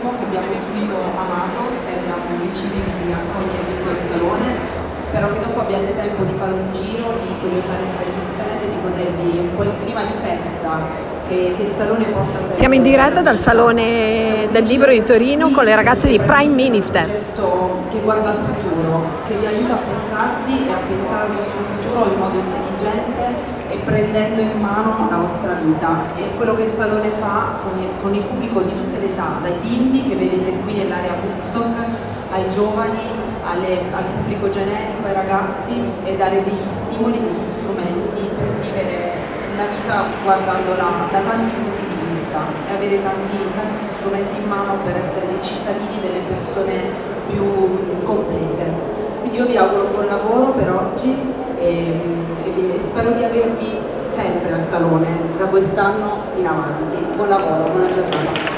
benissimo, che abbiamo subito amato e abbiamo deciso di accogliervi in quel salone. Spero che dopo abbiate tempo di fare un giro, di curiosare tra gli stand e di godervi un po' il clima di festa che il salone porta sempre. Siamo in diretta dal Salone del Libro di Torino con le ragazze di Prime Minister. Un progetto che guarda al futuro, che vi aiuta a pensarvi e a pensare al vostro futuro in modo intelligente e prendendo in mano la vostra vita. E quello che il salone fa con il pubblico di tutte le età, dai bimbi che vedete qui nell'area Woodstock, ai giovani, al pubblico generico, ai ragazzi, e dare degli stimoli, degli strumenti per vivere una vita guardandola da tanti punti di vista e avere tanti strumenti in mano per essere dei cittadini, delle persone più complete. Quindi io vi auguro buon lavoro per oggi e spero di avervi sempre al salone da quest'anno in avanti. Buon lavoro, buona giornata.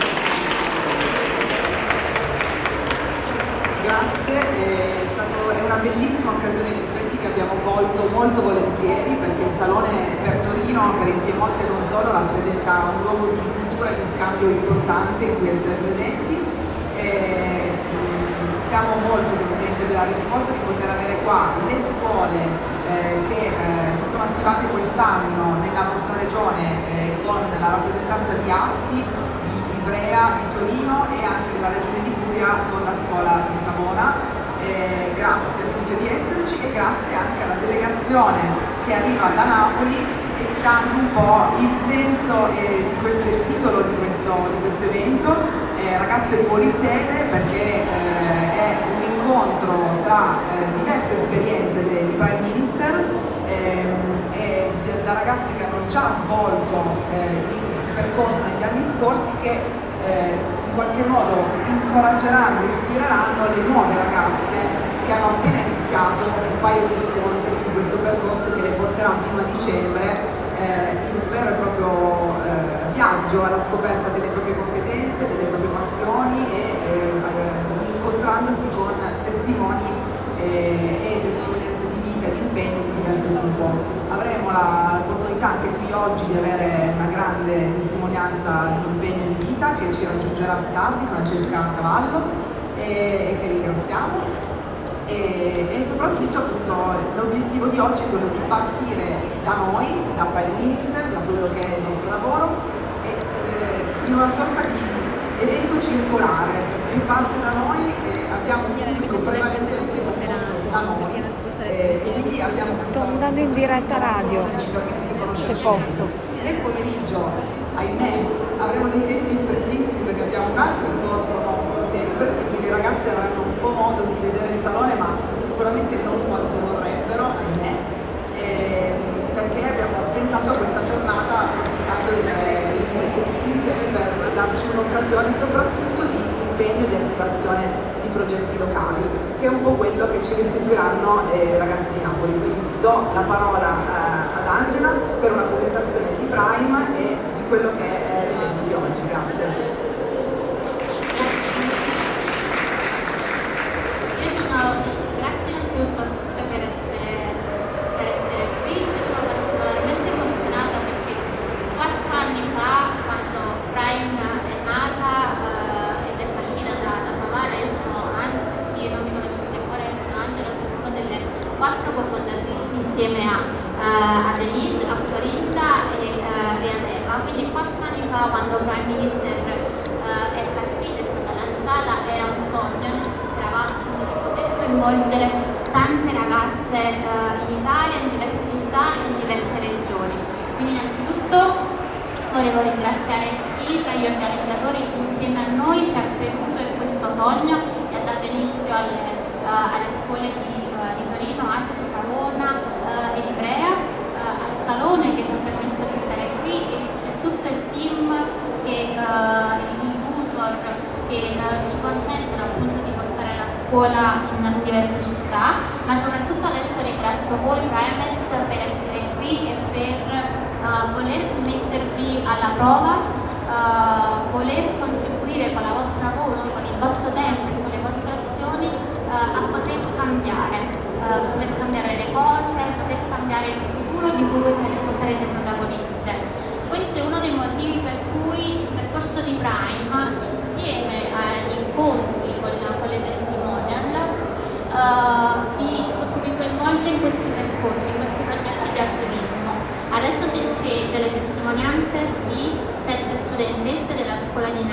Grazie, è una bellissima occasione in effetti che abbiamo colto molto volentieri, perché il Salone per Torino, per il Piemonte non solo, rappresenta un luogo di cultura e di scambio importante in cui essere presenti. Siamo molto contenti della risposta di poter avere qua le scuole che si sono attivate quest'anno nella nostra regione con la rappresentanza di Asti, di Ivrea, di Torino e anche della regione Liguria con la scuola di Savona. Grazie a tutte di esserci e grazie anche alla delegazione che arriva da Napoli e che dà anche un po' il senso il titolo di questo evento, Ragazze fuori sede, perché è un incontro tra diverse esperienze di Prime Minister e da ragazzi che hanno già svolto il percorso negli anni scorsi, che in qualche modo incoraggeranno e ispireranno le nuove ragazze che hanno appena iniziato un paio di incontri di questo percorso che le porterà fino a dicembre in un vero e proprio viaggio alla scoperta delle proprie competenze, delle proprie passioni e incontrandosi con testimoni e testimonianze di vita, di impegno di diverso tipo. Avremo l'opportunità anche qui oggi di avere una grande testimonianza di impegno e di vita che ci raggiungerà più tardi, Francesca Cavallo, e che ringraziamo. E soprattutto appunto l'obiettivo di oggi è quello di partire da noi, da Prime Minister, da quello che è il nostro lavoro, in una sorta di evento circolare, perché parte da noi e abbiamo un pubblico prevalentemente composto da noi, quindi abbiamo questo. Sto andando in diretta radio, se posso. Nel pomeriggio, ahimè, avremo dei tempi strettissimi perché abbiamo un altro incontro nostro sempre, quindi le ragazze avranno un po' modo di vedere il salone, ma sicuramente non quanto vorrebbero, ahimè, perché abbiamo pensato a questa giornata approfittando di tutti insieme per darci un'occasione soprattutto di impegno e di attivazione di progetti locali, che è un po' quello che ci restituiranno i ragazzi di Napoli. Quindi do la parola ad Angela per una presentazione di Prime e di quello che è l'evento di oggi. Grazie. Grazie innanzitutto a tutte per essere qui. Io sono particolarmente emozionata perché 4 anni fa, quando Prime è nata ed è partita da Favara, io sono Angela, per chi non mi conoscesse ancora, io sono Angela, sono una delle 4 cofondatrici insieme a Denise, a Florinda e a Eva. Quindi 4 anni fa, quando Prime Minister è partita, è stata lanciata, era un sogno, noi ci speravamo appunto di poter coinvolgere tante ragazze in Italia, in diverse città e in diverse regioni. Quindi innanzitutto volevo ringraziare chi tra gli organizzatori insieme a noi ci ha creduto in questo sogno e ha dato inizio alle scuole di Torino, Assi, Savona e di Ivrea, al Salone che ci ha permesso di stare qui e tutto il team i tutor che ci consentono appunto di portare la scuola in diverse città, ma soprattutto adesso ringrazio voi Primers per essere qui e per voler mettervi alla prova, voler contribuire con la vostra voce, con il vostro tempo e con le vostre azioni a poter cambiare le cose, a poter cambiare il futuro di cui voi sarete protagoniste. Questo è uno dei motivi per cui il percorso di Prime, insieme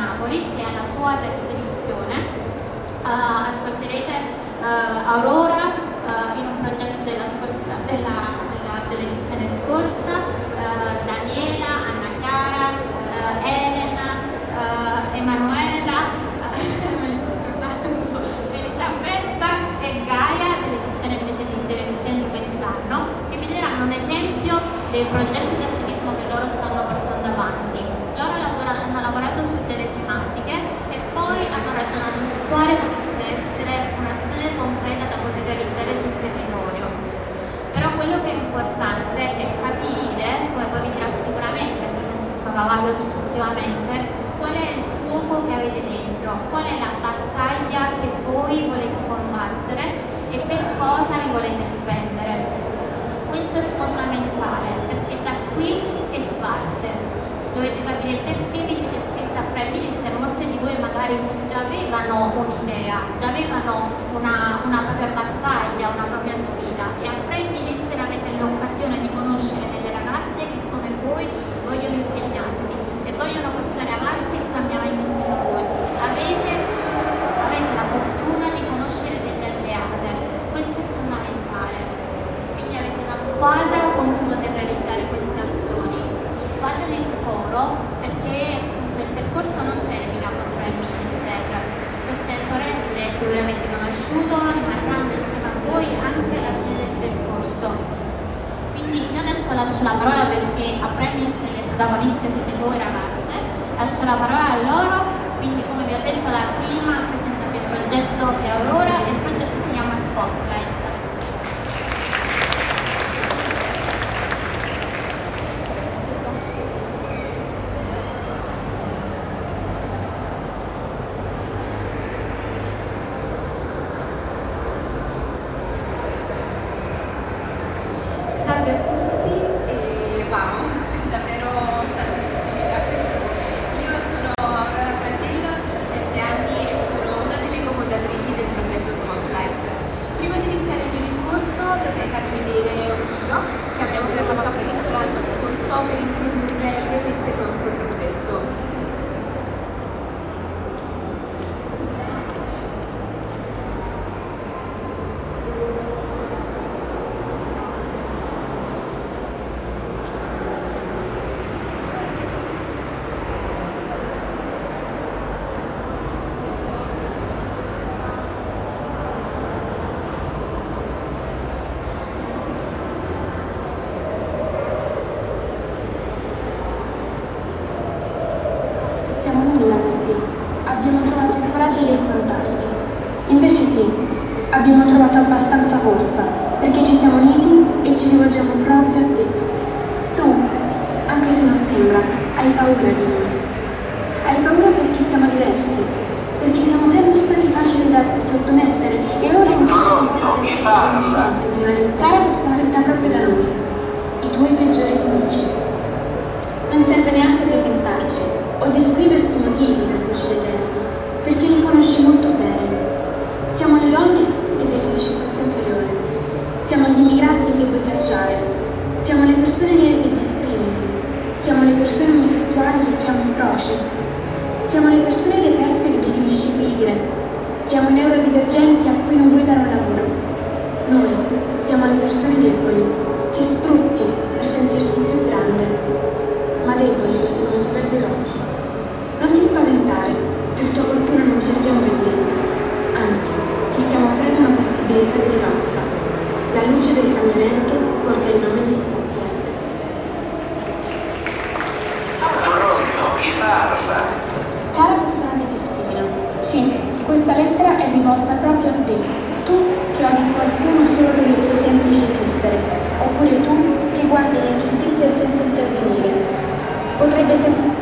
Napoli, che è la sua terza edizione. Ascolterete Aurora in un progetto dell'edizione scorsa, Daniela, Anna Chiara, Elena, Emanuela, me ne sto scordando, Elisabetta e Gaia dell'edizione invece dell'edizione di quest'anno, che vi daranno un esempio dei progetti di attivismo che loro stanno portando avanti. Loro hanno lavorato su delle tematiche e poi hanno ragionato su quale potesse essere un'azione concreta da poter realizzare sul territorio. Però quello che è importante è capire, come poi vi dirà sicuramente anche Francesca Cavallo successivamente, qual è il fuoco che avete dentro, qual è la battaglia che voi volete combattere e per cosa vi volete spendere. Questo è fondamentale, perché è da qui che si parte. Dovete capire perché vi siete iscritti a Prime Minister. Molte di voi magari già avevano un'idea, già avevano una propria battaglia, una propria sfida, e a Prime Minister avete l'occasione di conoscere delle ragazze che come voi vogliono impegnarsi e vogliono portare avanti il cambiamento insieme a voi. Avete la fortuna di conoscere delle alleate, questo è fondamentale. Quindi avete una squadra con cui poter realizzare queste azioni. Fatene tesoro, perché appunto il percorso non termina con Prime Minister. Queste sorelle che voi avete conosciuto rimarranno insieme a voi anche alla fine del percorso. Quindi io adesso lascio la parola, perché a Prime Minister le protagoniste siete voi ragazze, lascio la parola a loro. Quindi, come vi ho detto, la prima a presentarvi il progetto è Aurora e il progetto si chiama Spotlight. Salve a tutti, wow, siete davvero tantissimi ragazzi. Io sono Aurora Prasello, ho 17 anni e sono una delle cofondatrici del progetto Spotlight. Prima di iniziare il mio discorso vorrei farvi vedere un video che abbiamo prodotto appena l'anno scorso per introdurre brevemente il nostro progetto. Siamo nulla per te. Abbiamo trovato il coraggio di affrontarti. Invece sì, abbiamo trovato abbastanza forza, perché ci siamo uniti e ci rivolgiamo proprio a te. Tu, anche se non sembra, hai paura di noi. Hai paura perché siamo diversi, perché siamo sempre stati facili da sottomettere e ora invece di essere niente di una lettera persona scritta proprio da noi, i tuoi peggiori nemici. Non serve neanche presentarci o descriverti i motivi per cui ci detesti, perché li conosci molto bene. Siamo le donne che definisci sesso inferiore, siamo gli immigrati che vuoi cacciare, siamo le persone nere che discrimini, siamo le persone omosessuali che chiami in croce, siamo le persone depresse che definisci pigre, siamo i neurodivergenti a cui non vuoi dare un lavoro. Noi siamo le persone deboli che sfrutti per sentirti più grande, ma deboli se non solo i tuoi occhi. Non ti spaventare, per tua fortuna non ci abbiamo vendendo, anzi, ti stiamo offrendo una possibilità di rivalsa. La luce del cambiamento porta il nome di Spotlight. Pronto, chi parla? Cara persona che discrimina, sì, questa lettera è rivolta proprio a te. Tu che odi qualcuno solo per il suo semplice esistere, oppure tu che guardi le ingiustizie senza intervenire. Potrebbe sembrare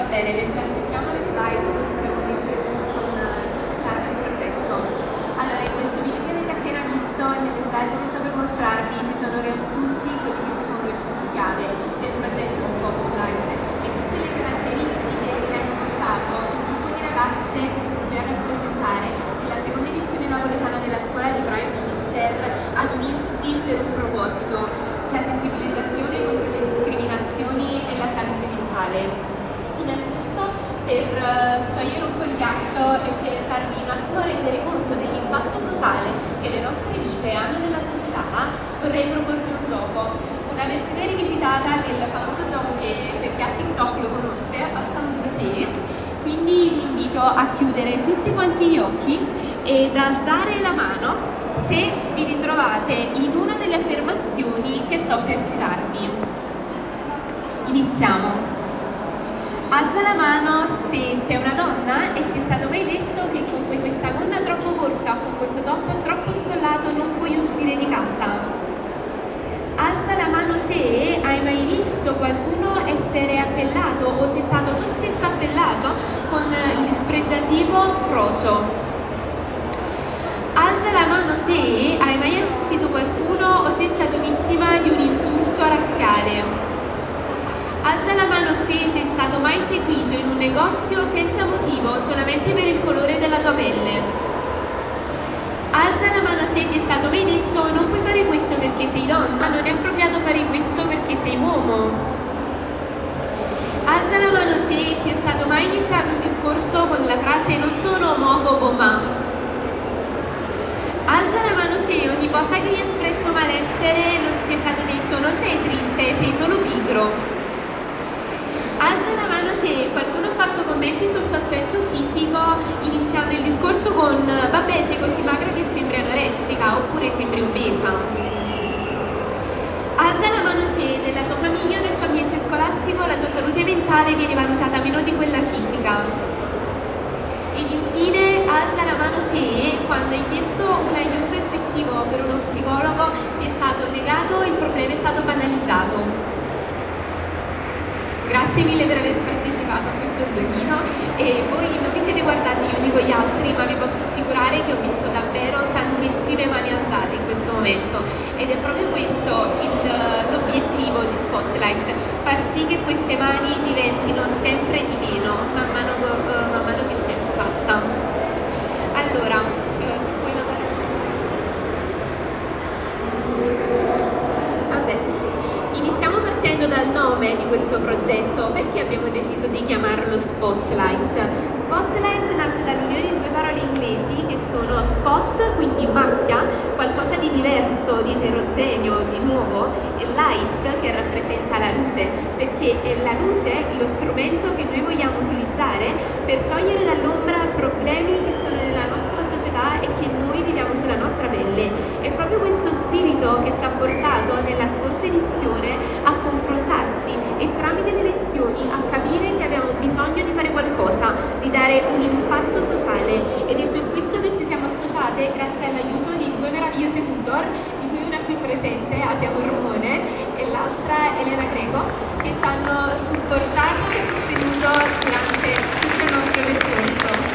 Va bene, mentre aspettiamo le slide inizio con presentare il progetto. Allora, in questo video che avete appena visto, nelle slide che sto per mostrarvi, ci sono riassunti quelli che sono i punti chiave del progetto Spotlight e tutte le caratteristiche che hanno portato il gruppo di ragazze che sono qui a rappresentare nella seconda edizione napoletana della scuola di Prime Minister ad unirsi per un proposito: la sensibilizzazione contro le discriminazioni e la salute mentale. Innanzitutto per sciogliere un po' il ghiaccio e per farvi un attimo rendere conto dell'impatto sociale che le nostre vite hanno nella società, vorrei proporvi un gioco, una versione rivisitata del famoso gioco che per chi ha TikTok lo conosce, abbastanza sì. Quindi vi invito a chiudere tutti quanti gli occhi ed alzare la mano se vi ritrovate in una delle affermazioni che sto per citarvi. Iniziamo. Alza la mano se sei una donna e ti è stato mai detto che con questa gonna troppo corta o con questo top troppo scollato non puoi uscire di casa. Alza la mano se hai mai visto qualcuno essere appellato o sei stato tu stesso appellato con il dispregiativo frocio. Alza la mano se hai mai assistito qualcuno o sei stato vittima di un insulto razziale. Alza la mano se sei stato mai seguito in un negozio senza motivo, solamente per il colore della tua pelle. Alza la mano se ti è stato mai detto non puoi fare questo perché sei donna, non è appropriato fare questo perché sei uomo. Alza la mano se ti è stato mai iniziato un discorso con la frase non sono omofobo ma. Alza la mano se ogni volta che hai espresso malessere non ti è stato detto non sei triste, sei solo pigro. Alza la mano se qualcuno ha fatto commenti sul tuo aspetto fisico iniziando il discorso con vabbè sei così magra che sembri anoressica oppure sembri obesa. Alza la mano se nella tua famiglia o nel tuo ambiente scolastico la tua salute mentale viene valutata meno di quella fisica. Ed infine alza la mano se quando hai chiesto un aiuto effettivo per uno psicologo ti è stato negato, il problema è stato banalizzato. Grazie mille per aver partecipato a questo giochino e voi non vi siete guardati gli uni con gli altri, ma vi posso assicurare che ho visto davvero tantissime mani alzate in questo momento ed è proprio questo l'obiettivo di Spotlight, far sì che queste mani diventino sempre di meno man mano che il tempo passa. Allora, se puoi magari... Iniziamo partendo dal nome di questo progetto. Perché abbiamo deciso di chiamarlo Spotlight? Spotlight nasce dall'unione di due parole inglesi che sono spot, quindi macchia, qualcosa di diverso, di eterogeneo, di nuovo, e light che rappresenta la luce, perché è la luce lo strumento che noi vogliamo utilizzare per togliere dall'ombra problemi che sono nella nostra società e che noi viviamo sulla nostra pelle. È proprio questo spirito che ci ha portato nella scorsa edizione a confrontarci e tramite le lezioni a capire che abbiamo bisogno di fare qualcosa, di dare un impatto sociale, ed è per questo che ci siamo associate grazie all'aiuto di due meravigliose tutor, di cui una qui presente, Asia Mormone, e l'altra Elena Greco, che ci hanno supportato e sostenuto durante tutto il nostro percorso.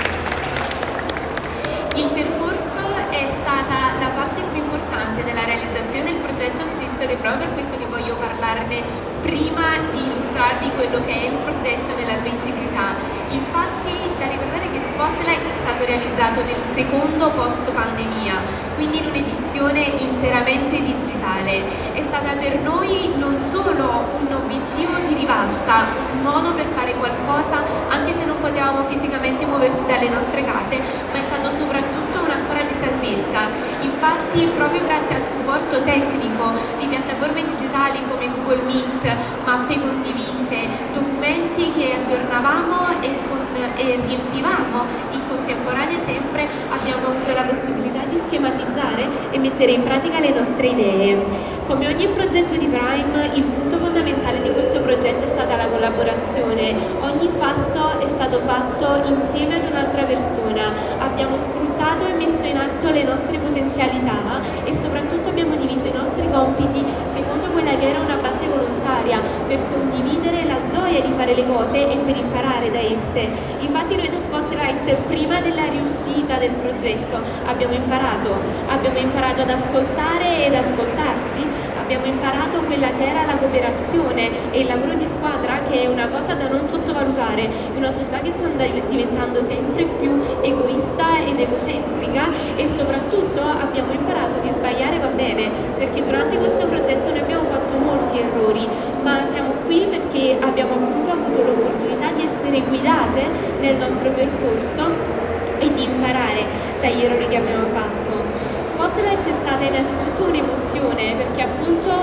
Il percorso è stata la parte più importante della realizzazione del progetto stesso ed è proprio per questo che voglio parlarne prima di illustrarvi quello che è il progetto nella sua integrità. Infatti, da ricordare che Spotlight è stato realizzato nel secondo post pandemia, quindi in un'edizione interamente digitale. È stata per noi non solo un obiettivo di rivalsa, un modo per fare qualcosa anche se non potevamo fisicamente muoverci dalle nostre case, ma è stato soprattutto un'ancora di salvezza. Infatti, proprio grazie al supporto tecnico di piattaforme digitali come Google Meet, mappe condivise, documenti che aggiornavamo e riempivamo in contemporanea sempre, abbiamo avuto la possibilità di schematizzare e mettere in pratica le nostre idee. Come ogni progetto di Prime, il punto fondamentale di questo progetto è stata la collaborazione. Ogni passo è stato fatto insieme ad un'altra persona. Abbiamo sfruttato e messo in atto le nostre potenzialità e soprattutto abbiamo diviso i nostri compiti secondo quella che era una base volontaria per condividere la gioia voglia di fare le cose e per imparare da esse. Infatti noi da Spotlight, prima della riuscita del progetto, abbiamo imparato ad ascoltare ed ascoltarci, abbiamo imparato quella che era la cooperazione e il lavoro di squadra, che è una cosa da non sottovalutare in una società che sta diventando sempre più egoista ed egocentrica, e soprattutto abbiamo imparato che sbagliare va bene, perché durante questo progetto noi abbiamo fatto molti errori, ma siamo qui perché abbiamo appunto avuto l'opportunità di essere guidate nel nostro percorso e di imparare dagli errori che abbiamo fatto. Spotlight è stata innanzitutto un'emozione, perché appunto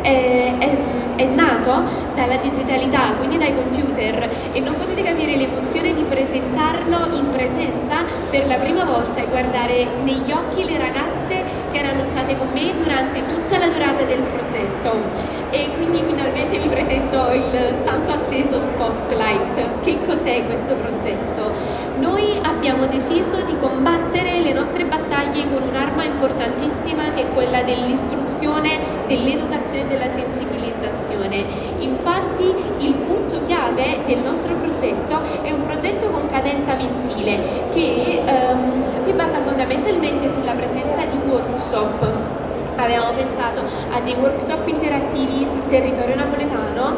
è nato dalla digitalità, quindi dai computer, e non potete capire l'emozione di presentarlo in presenza per la prima volta e guardare negli occhi le ragazze che erano state con me durante tutta la durata del progetto. E quindi finalmente vi presento il tanto atteso Spotlight. Che cos'è questo progetto? Noi abbiamo deciso di combattere le nostre battaglie con un'arma importantissima, che è quella dell'istruzione, dell'educazione e della sensibilizzazione. Infatti il punto chiave del nostro progetto è un progetto con cadenza mensile che si basa fondamentalmente sulla presenza di workshop. Abbiamo pensato a dei workshop interattivi sul territorio napoletano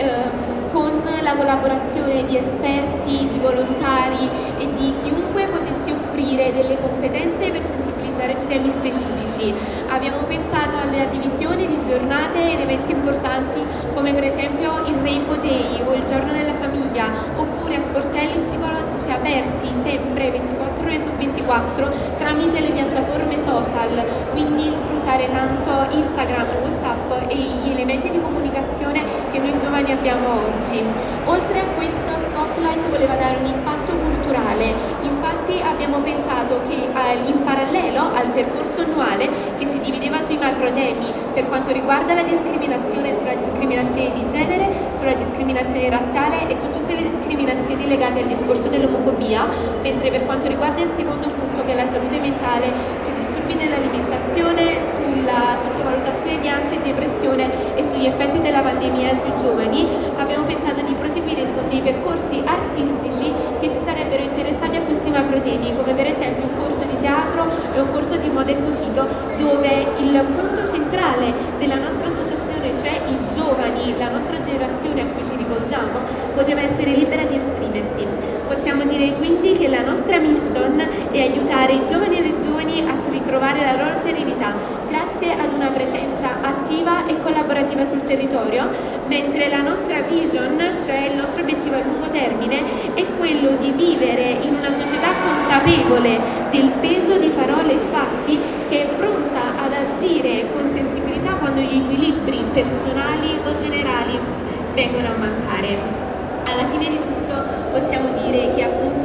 con la collaborazione di esperti, di volontari e di chiunque potesse offrire delle competenze per sensibilizzare su temi specifici. Abbiamo pensato alla divisione di giornate ed eventi importanti come per esempio il Rainbow Day o il Giorno della Famiglia, oppure a sportelli psicologici aperti sempre 24 ore su 24 tramite le piattaforme social, quindi sfruttare tanto Instagram, WhatsApp e gli elementi di comunicazione che noi giovani abbiamo oggi. Oltre a questo, Spotlight voleva dare un impatto culturale, infatti abbiamo pensato che in parallelo al percorso annuale, che si divideva sui macro temi per quanto riguarda la discriminazione, sulla discriminazione di genere, sulla discriminazione razziale e su tutte le discriminazioni legate al discorso dell'omofobia, mentre per quanto riguarda il secondo punto, che è la salute mentale, sui disturbi dell'alimentazione, sulla sottovalutazione di ansia e depressione e sugli effetti della pandemia sui giovani, abbiamo pensato di proseguire con dei percorsi artistici che si sarebbero interessati a questi macro temi, come per esempio un corso di teatro e un corso di moda e cucito, dove il punto centrale della nostra associazione, cioè i giovani, la nostra generazione a cui ci rivolgiamo, poteva essere libera di esprimersi. Possiamo dire quindi che la nostra mission è aiutare i giovani e le giovani a ritrovare la loro serenità grazie ad una presenza attiva e collaborativa sul territorio, mentre la nostra vision, cioè il nostro obiettivo a lungo termine, è quello di vivere in una società consapevole del peso di parole e fatti, che è pronta ad agire con sensibilità quando gli equilibri personali o generali vengono a mancare. Alla fine di tutto possiamo dire che appunto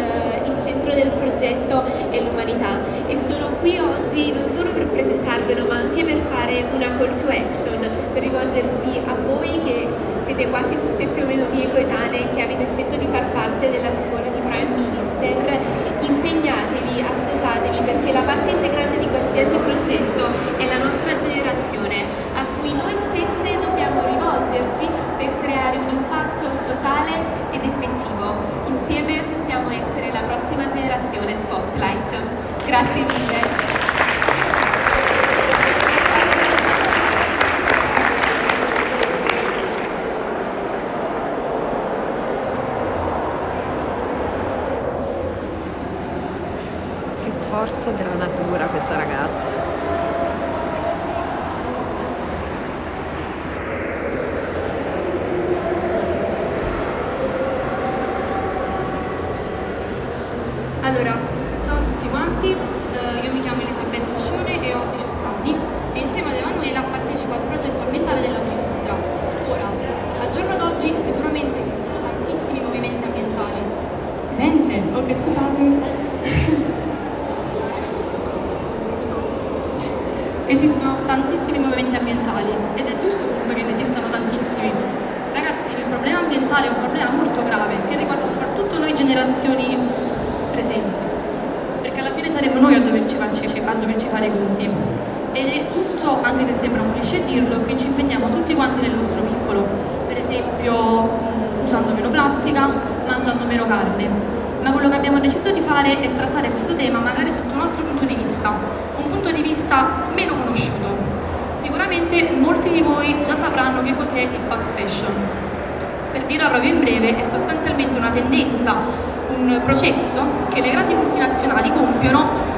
il centro del progetto è l'umanità, e sono qui oggi non solo per presentarvelo, ma anche per fare una call to action, per rivolgervi a voi che siete quasi tutte più o meno mie coetanee, che avete scelto di far parte della scuola di Prime Minister. Impegnatevi, associatevi, perché la parte integrante di qualsiasi progetto è la nostra generazione, a cui noi stesse dobbiamo rivolgerci per creare un impatto sociale ed effettivo. Insieme possiamo essere la prossima generazione Spotlight. Grazie mille. Forza della natura questa ragazza. Allora, ciao a tutti quanti, io mi chiamo Elisabetta Ascione e ho 18 anni e insieme ad Emanuela partecipo al progetto ambientale della Ginestra. Ora, al giorno d'oggi sicuramente esistono tantissimi movimenti ambientali. Si sente? Ok, scusate. Esistono tantissimi movimenti ambientali ed è giusto comunque che ne esistano tantissimi. Ragazzi, il problema ambientale è un problema molto grave che riguarda soprattutto noi generazioni presenti, perché alla fine saremo noi a doverci fare i conti. Ed è giusto, anche se sembra un cliché dirlo, che ci impegniamo tutti quanti nel nostro piccolo. Per esempio usando meno plastica, mangiando meno carne, ma quello che abbiamo deciso di fare è trattare questo tema magari sotto un altro punto di vista, un punto di vista meno conosciuto. Sicuramente molti di voi già sapranno che cos'è il fast fashion. Per dirla proprio in breve, è sostanzialmente una tendenza, un processo che le grandi multinazionali compiono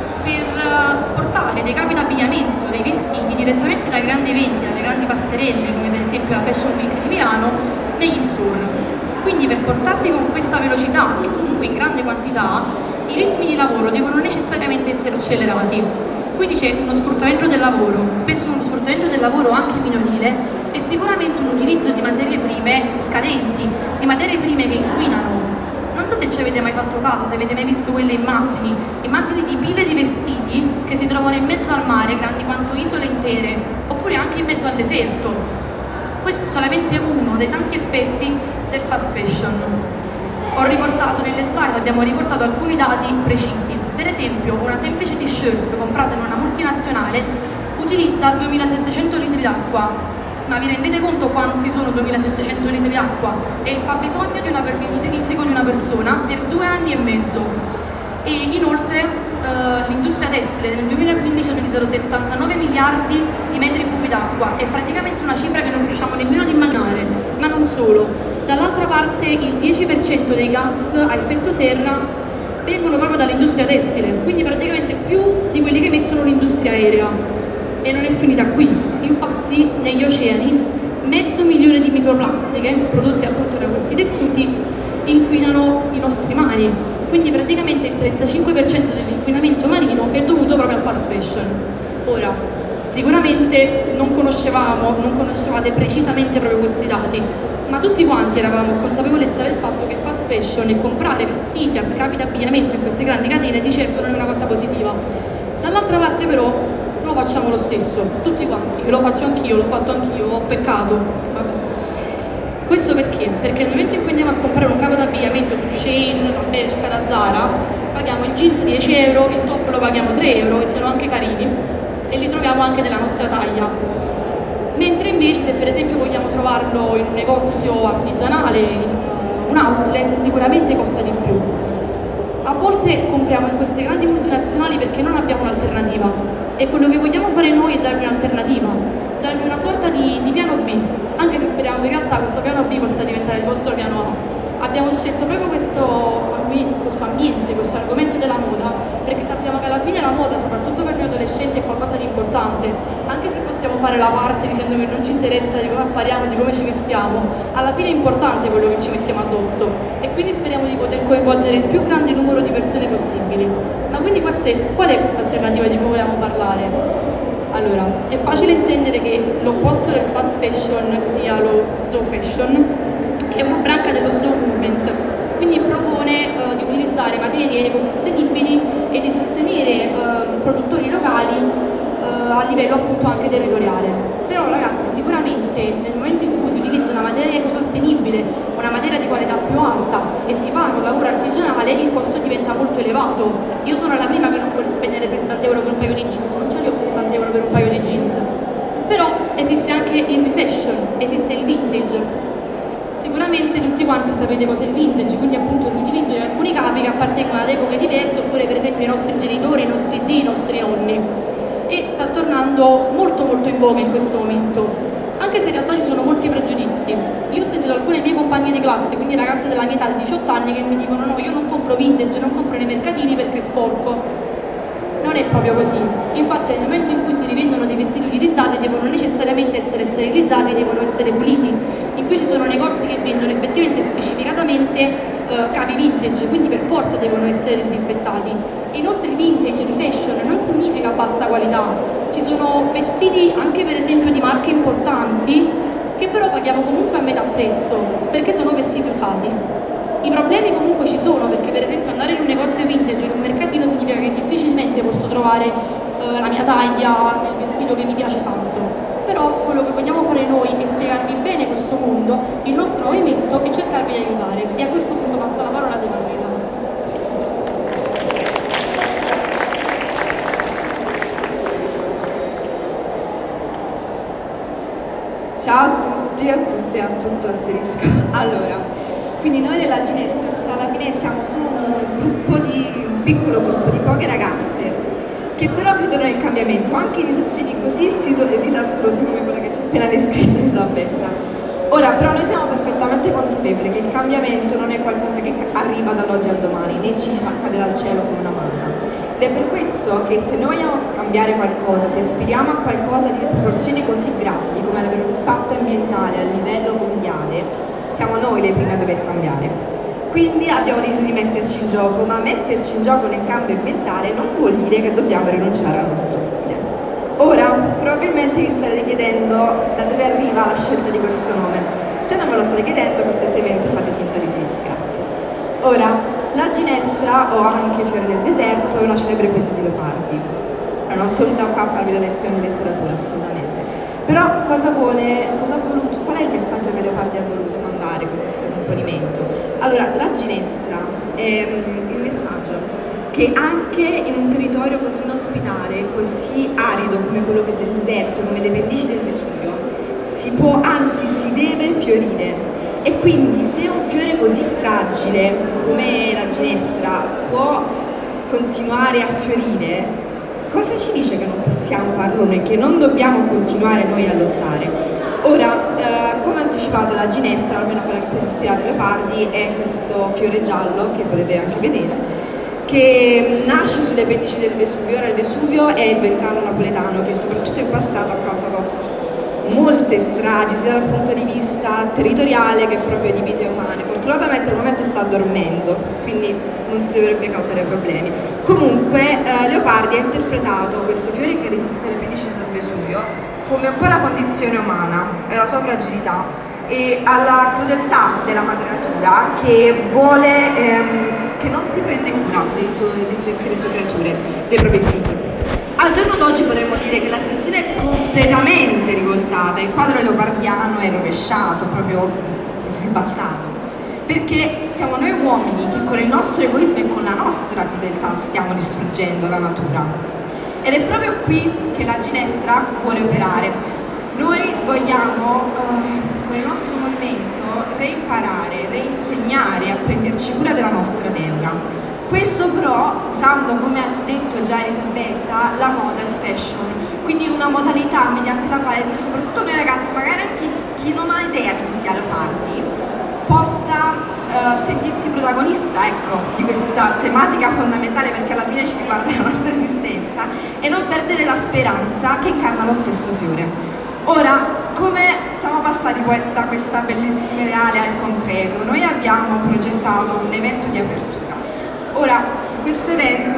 per portare dei capi d'abbigliamento, dei vestiti direttamente dai grandi eventi, dalle grandi passerelle, come per esempio la Fashion Week di Milano, negli store. Quindi per portarli con questa velocità e comunque in grande quantità, i ritmi di lavoro devono necessariamente essere accelerati. Quindi c'è uno sfruttamento del lavoro, spesso uno sfruttamento del lavoro anche minorile, e sicuramente un utilizzo di materie prime scadenti, di materie prime che inquinano. Non so se ci avete mai fatto caso, se avete mai visto quelle immagini di pile di vestiti che si trovano in mezzo al mare, grandi quanto isole intere, oppure anche in mezzo al deserto. Questo è solamente uno dei tanti effetti del fast fashion. Ho riportato nelle slide, abbiamo riportato alcuni dati precisi. Per esempio, una semplice t-shirt comprata in una multinazionale utilizza 2700 litri d'acqua. Ma vi rendete conto quanti sono 2700 litri d'acqua? È il fabbisogno di idrico di una persona per 2 anni e mezzo. E inoltre l'industria tessile nel 2015 ha utilizzato 79 miliardi di metri cubi d'acqua, è praticamente una cifra che non riusciamo nemmeno ad immaginare. Ma non solo, dall'altra parte il 10% dei gas a effetto serra vengono proprio dall'industria tessile, quindi praticamente più di quelli che mettono l'industria aerea. E non è finita qui, infatti negli oceani 500.000 di microplastiche prodotte appunto da questi tessuti inquinano i nostri mari, quindi praticamente il 35% dell'inquinamento marino è dovuto proprio al fast fashion. Ora, sicuramente non conoscevate precisamente proprio questi dati, ma tutti quanti eravamo a consapevolezza del fatto che il fast fashion e comprare vestiti, capi d'abbigliamento in queste grandi catene di certo non è una cosa positiva. Dall'altra parte però lo facciamo lo stesso, tutti quanti, e lo faccio anch'io, l'ho fatto anch'io, ho peccato. Vabbè. Questo perché? Perché nel momento in cui andiamo a comprare un capo d'abbigliamento su Shein, da Bershka, da Zara, paghiamo il jeans 10 euro, il top lo paghiamo 3 euro e sono anche carini e li troviamo anche della nostra taglia. Mentre invece se per esempio vogliamo trovarlo in un negozio artigianale, in un outlet, sicuramente costa di più. A volte compriamo in queste grandi multinazionali perché non abbiamo un'alternativa. E quello che vogliamo fare noi è darvi un'alternativa, darvi una sorta di piano B, anche se speriamo che in realtà questo piano B possa diventare il vostro piano A. Abbiamo scelto proprio questo ambiente, questo argomento della moda, perché sappiamo che alla fine la moda, soprattutto per noi adolescenti, è qualcosa di importante. Anche se possiamo fare la parte dicendo che non ci interessa di come appariamo, di come ci vestiamo, alla fine è importante quello che ci mettiamo addosso e quindi speriamo di poter coinvolgere il più grande numero di persone possibili. Ma quindi qual è questa alternativa di cui vogliamo parlare? Allora, è facile intendere che l'opposto del fast fashion sia lo slow fashion, che è una branca dello slow movement, quindi propone di utilizzare materie ecosostenibili e di sostenere produttori locali a livello appunto anche territoriale. Però ragazzi, sicuramente nel momento in cui si utilizza una materia ecosostenibile, una materia di qualità più alta e si paga un lavoro artigianale, il costo diventa molto elevato. Io sono la prima che non vuole spendere 60 euro per un paio di jeans, non ce li ho 60 euro per un paio di jeans. Però esiste anche il refashion, esiste il vintage. Sicuramente tutti quanti sapete cos'è il vintage, quindi appunto l'utilizzo di alcuni capi che appartengono ad epoche diverse, oppure per esempio i nostri genitori, i nostri zii, i nostri nonni. E sta tornando molto in voga in questo momento, anche se in realtà ci sono molti pregiudizi. Io ho sentito alcune mie compagne di classe, quindi ragazze della mia età di 18 anni, che mi dicono no, io non compro vintage, non compro nei mercatini perché è sporco. Non è proprio così. Infatti nel momento in cui si rivendono dei vestiti utilizzati devono necessariamente essere sterilizzati, devono essere puliti. In più ci sono negozi che vendono effettivamente specificatamente capi vintage, quindi per forza devono essere disinfettati. E inoltre vintage di fashion non significa bassa qualità. Ci sono vestiti anche per esempio di marche importanti che però paghiamo comunque a metà prezzo perché sono vestiti usati. I problemi comunque ci sono, perché per esempio andare in un negozio vintage, in un mercatino, significa che difficilmente posso trovare la mia taglia del vestito che mi piace tanto. Però quello che vogliamo fare noi è spiegarvi bene questo mondo, il nostro movimento e cercarvi di aiutare. E a questo punto passo la parola ad Emanuela. Ciao a tutti, a tutte, a tutto asterisco. Allora, quindi noi della Ginestrix alla fine siamo solo un piccolo gruppo di poche ragazze che però credono nel cambiamento, anche in situazioni così disastrose come quella che ci ha appena descritto Elisabetta. Ora, però noi siamo perfettamente consapevoli che il cambiamento non è qualcosa che arriva dall'oggi al domani, né ci cade dal cielo come una manna. Ed è per questo che se noi vogliamo cambiare qualcosa, se aspiriamo a qualcosa di proporzioni così grandi come avere un impatto ambientale a livello mondiale, siamo noi le prime a dover cambiare. Quindi abbiamo deciso di metterci in gioco, ma metterci in gioco nel cambio ambientale non vuol dire che dobbiamo rinunciare al nostro stile. Ora, probabilmente vi starete chiedendo da dove arriva la scelta di questo nome. Se non me lo state chiedendo, cortesemente fate finta di sì, grazie. Ora, la ginestra, o anche fiore del deserto, è una celebre poesia di Leopardi. Non sono da qua a farvi la lezione di letteratura, assolutamente. Però qual è il messaggio che Leopardi ha voluto mandare con questo componimento? Allora, la ginestra è il messaggio che anche in un territorio così inospitale, così arido come quello che è del deserto, come le pendici del Vesuvio, si può, anzi si deve fiorire. E quindi se un fiore così fragile come la ginestra può continuare a fiorire, cosa ci dice che non possiamo farlo noi, che non dobbiamo continuare noi a lottare? Ora, come anticipato, la ginestra, almeno quella che si ispirata ai Leopardi, è questo fiore giallo che potete anche vedere, che nasce sulle pendici del Vesuvio. Ora il Vesuvio è il vulcano napoletano che soprattutto in passato ha causato molte stragi sia dal punto di vista territoriale che proprio di vite umane. Fortunatamente al momento sta dormendo, quindi non si dovrebbe causare problemi. Comunque Leopardi ha interpretato questo fiore che resiste alle pendici del Vesuvio come un po' la condizione umana e la sua fragilità e alla crudeltà della madre natura che vuole che non si prende cura delle sue creature, dei propri figli. Al giorno d'oggi potremmo dire che la situazione è completamente rivoltata, il quadro leopardiano è rovesciato, proprio ribaltato, perché siamo noi uomini che con il nostro egoismo e con la nostra crudeltà stiamo distruggendo la natura. Ed è proprio qui che la ginestra vuole operare. Noi vogliamo, con il nostro movimento, reimparare, reinsegnare a prenderci cura della nostra terra. Questo però usando, come ha detto già Elisabetta, la moda, il fashion, quindi una modalità mediante la quale soprattutto noi ragazzi, magari anche chi non ha idea di chi sia Leopardi, possa sentirsi protagonista, ecco, di questa tematica fondamentale, perché alla fine ci riguarda la nostra esistenza, e non perdere la speranza che incarna lo stesso fiore. Ora, come siamo passati poi da questa bellissima ideale al concreto, noi abbiamo progettato un evento di apertura. Ora, questo evento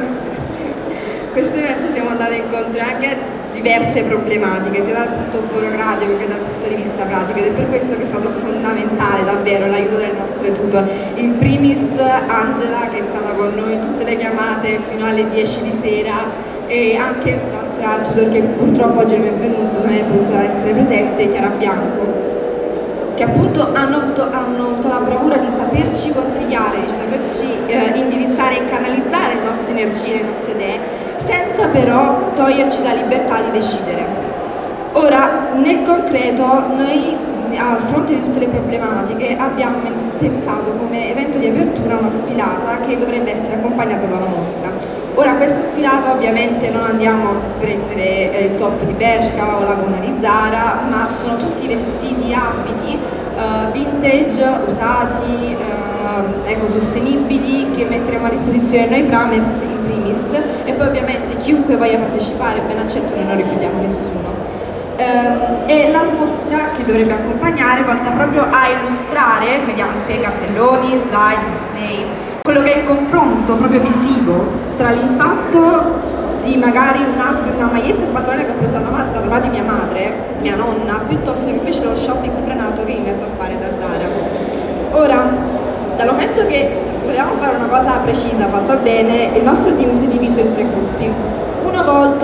siamo andati incontro anche a diverse problematiche, sia dal punto burocratico che dal punto di vista pratico, ed è per questo che è stato fondamentale davvero l'aiuto del nostro tutor, in primis Angela, che è stata con noi tutte le chiamate fino alle 10 di sera, e anche un'altra tutor che purtroppo oggi non è venuta, non è potuta essere presente, Chiara Bianco, che appunto hanno avuto la bravura di saperci consigliare, di saperci indirizzare e canalizzare le nostre energie, le nostre idee, senza però toglierci la libertà di decidere. Ora, nel concreto, noi a fronte di tutte le problematiche abbiamo pensato come evento di apertura una sfilata che dovrebbe essere accompagnata da una mostra. Ora, questa sfilata ovviamente non andiamo a prendere il top di Bershka o la gonna di Zara, ma sono tutti vestiti, abiti vintage, usati, ecosostenibili, che metteremo a disposizione noi Pramers in primis, e poi ovviamente chiunque voglia partecipare ben accetto, noi non rifiutiamo nessuno. E la mostra che dovrebbe accompagnare volta proprio a illustrare mediante cartelloni, slide, display, quello che è il confronto proprio visivo tra l'impatto di magari una maglietta e un pantalone che ho preso dalla mamma di mia madre, mia nonna, piuttosto che invece lo shopping sfrenato che mi metto a fare da Zara. Ora, dal momento che volevamo fare una cosa precisa, fatta bene, il nostro team si è diviso in 3 gruppi, uno volto alla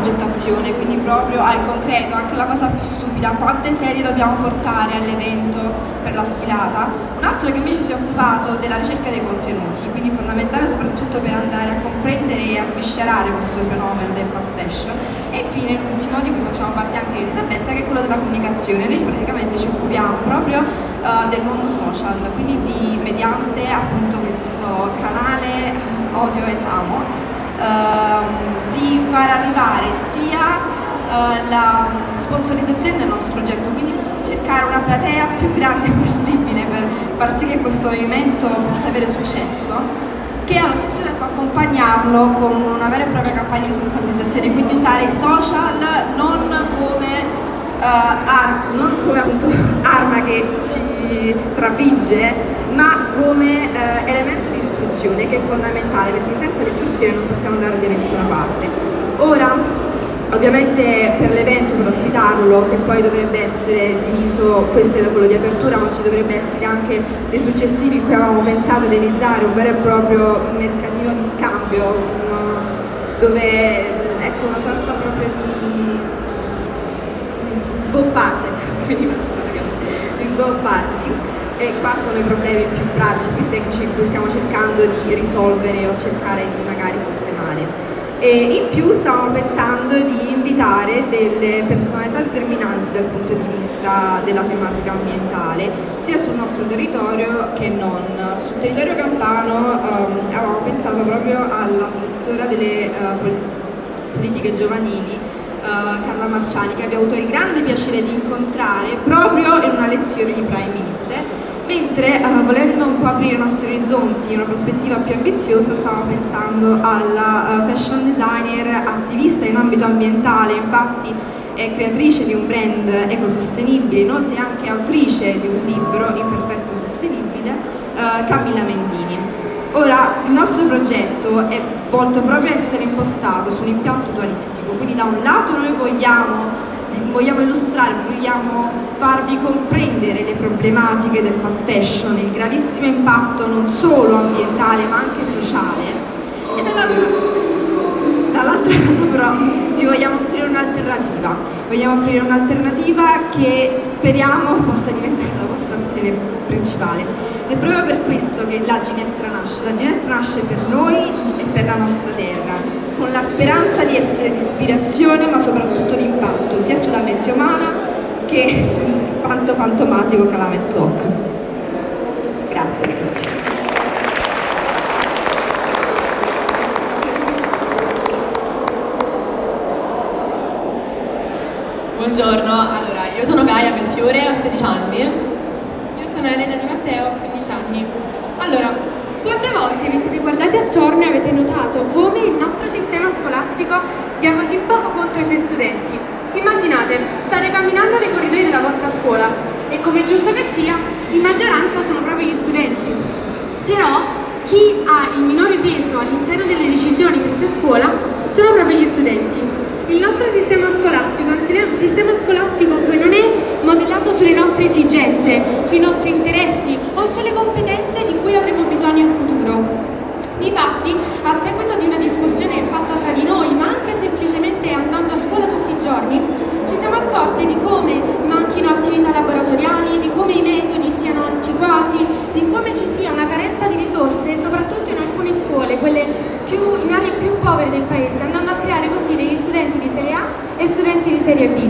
progettazione, quindi proprio al concreto, anche la cosa più stupida, quante serie dobbiamo portare all'evento per la sfilata. Un altro che invece si è occupato della ricerca dei contenuti, quindi fondamentale soprattutto per andare a comprendere e a sviscerare questo fenomeno del fast fashion. E infine l'ultimo, di cui facciamo parte anche io e Elisabetta, che è quello della comunicazione. Noi praticamente ci occupiamo proprio del mondo social, quindi mediante appunto questo canale Odio e Amo, di far arrivare sia la sponsorizzazione del nostro progetto, quindi cercare una platea più grande possibile per far sì che questo movimento possa avere successo, che allo stesso tempo accompagnarlo con una vera e propria campagna di sensibilizzazione, quindi usare i social non come appunto arma che ci trafigge, ma come elemento di istruzione, che è fondamentale, perché senza l'istruzione non possiamo andare da nessuna parte. Ora, ovviamente per l'evento, per ospitarlo, che poi dovrebbe essere diviso, questo è quello di apertura, ma ci dovrebbe essere anche dei successivi in cui avevamo pensato di realizzare un vero e proprio mercatino di scambio, dove ecco una sorta proprio di swap party, di swap party. E qua sono i problemi più pratici, più tecnici in cui stiamo cercando di risolvere o cercare di magari sistemare. E in più stavamo pensando di invitare delle personalità determinanti dal punto di vista della tematica ambientale, sia sul nostro territorio che non. Sul territorio campano avevamo pensato proprio all'assessora delle politiche giovanili, Carla Marciani, che abbiamo avuto il grande piacere di incontrare proprio in una lezione di Prime Minister, mentre volendo un po' aprire i nostri orizzonti in una prospettiva più ambiziosa, stavamo pensando alla fashion designer attivista in ambito ambientale, infatti è creatrice di un brand ecosostenibile, inoltre anche autrice di un libro Imperfetto Sostenibile, Camilla Mendini. Ora, il nostro progetto è volto proprio a essere impostato su un impianto dualistico, quindi da un lato noi vogliamo illustrare, vogliamo farvi comprendere le problematiche del fast fashion, il gravissimo impatto non solo ambientale ma anche sociale, e dall'altro lato però vi vogliamo offrire un'alternativa che speriamo possa diventare la vostra missione principale. È proprio per questo che la Ginestra nasce per noi e per la nostra terra, con la speranza di essere di ispirazione ma soprattutto di impatto sia sulla mente umana che sul fantomatico Calamity Clock. Grazie a tutti. Buongiorno, allora io sono Gaia Belfiore, ho 16 anni. Io sono Elena Di Matteo, ho 15 anni. Allora, quante volte vi siete guardati attorno e avete notato come il nostro sistema scolastico dia così poco conto ai suoi studenti? Immaginate, state camminando nei corridoi della vostra scuola e, come è giusto che sia, in maggioranza sono proprio gli studenti. Però chi ha il minore peso all'interno delle decisioni prese a scuola sono proprio gli studenti. Il nostro sistema scolastico è un sistema scolastico che non è modellato sulle nostre esigenze, sui nostri interessi o sulle competenze di cui avremo bisogno in futuro. Difatti, a seguito di una discussione fatta tra di noi, ma anche semplicemente andando a scuola tutti i giorni, ci siamo accorti di come manchino attività laboratoriali, di come i metodi siano antiquati, di come ci sia una carenza di risorse, soprattutto in alcune scuole, quelle in aree più povere del paese, andando a creare così degli studenti di serie A e studenti di serie B.